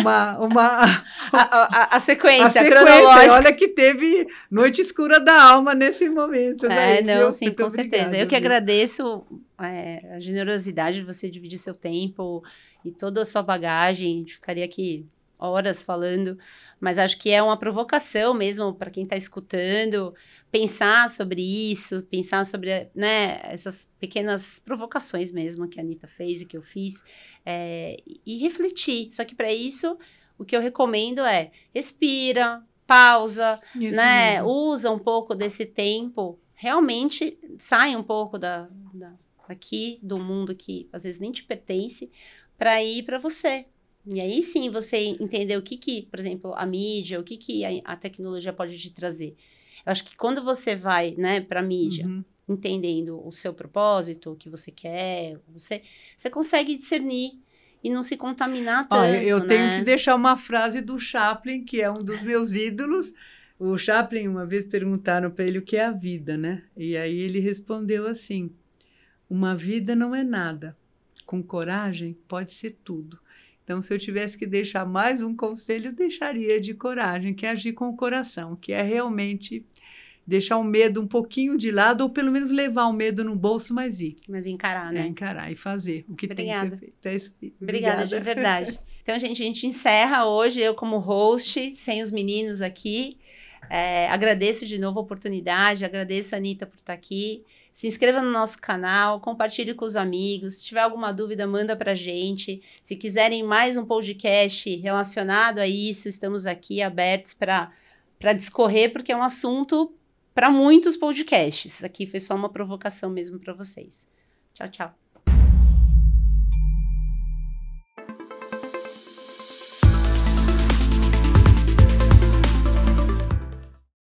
a sequência cronológica. Olha que teve Noite Escura da Alma nesse momento. Não, sim, muito com certeza. Eu que agradeço a generosidade de você dividir seu tempo e toda a sua bagagem. A gente ficaria aqui horas falando, mas acho que é uma provocação mesmo para quem está escutando, pensar sobre isso, pensar sobre, né, essas pequenas provocações mesmo que a Anitta fez e que eu fiz, e refletir. Só que para isso, o que eu recomendo é respira, pausa, Isso né? mesmo. Usa um pouco desse tempo, realmente sai um pouco daqui, do mundo que às vezes nem te pertence, para ir para você. E aí sim você entender o que por exemplo, a mídia, o que a tecnologia pode te trazer. Eu acho que quando você vai, né, para a mídia, entendendo o seu propósito, o que você quer, você consegue discernir e não se contaminar tanto, Eu tenho né? que deixar uma frase do Chaplin, que é um dos meus ídolos. O Chaplin, uma vez perguntaram para ele o que é a vida, né? E aí ele respondeu assim: uma vida não é nada. Com coragem pode ser tudo. Então, se eu tivesse que deixar mais um conselho, eu deixaria de coragem, que é agir com o coração, que é realmente deixar o medo um pouquinho de lado, ou pelo menos levar o medo no bolso, mas ir. Mas encarar, né? Encarar e fazer o que tem que ser feito. É isso aí. Obrigada, de verdade. Então, gente, a gente encerra hoje, eu como host, sem os meninos aqui. Agradeço de novo a oportunidade, agradeço a Anitta por estar aqui. Se inscreva no nosso canal, compartilhe com os amigos. Se tiver alguma dúvida, manda pra gente. Se quiserem mais um podcast relacionado a isso, estamos aqui abertos para discorrer, porque é um assunto para muitos podcasts. Aqui foi só uma provocação mesmo para vocês. Tchau, tchau.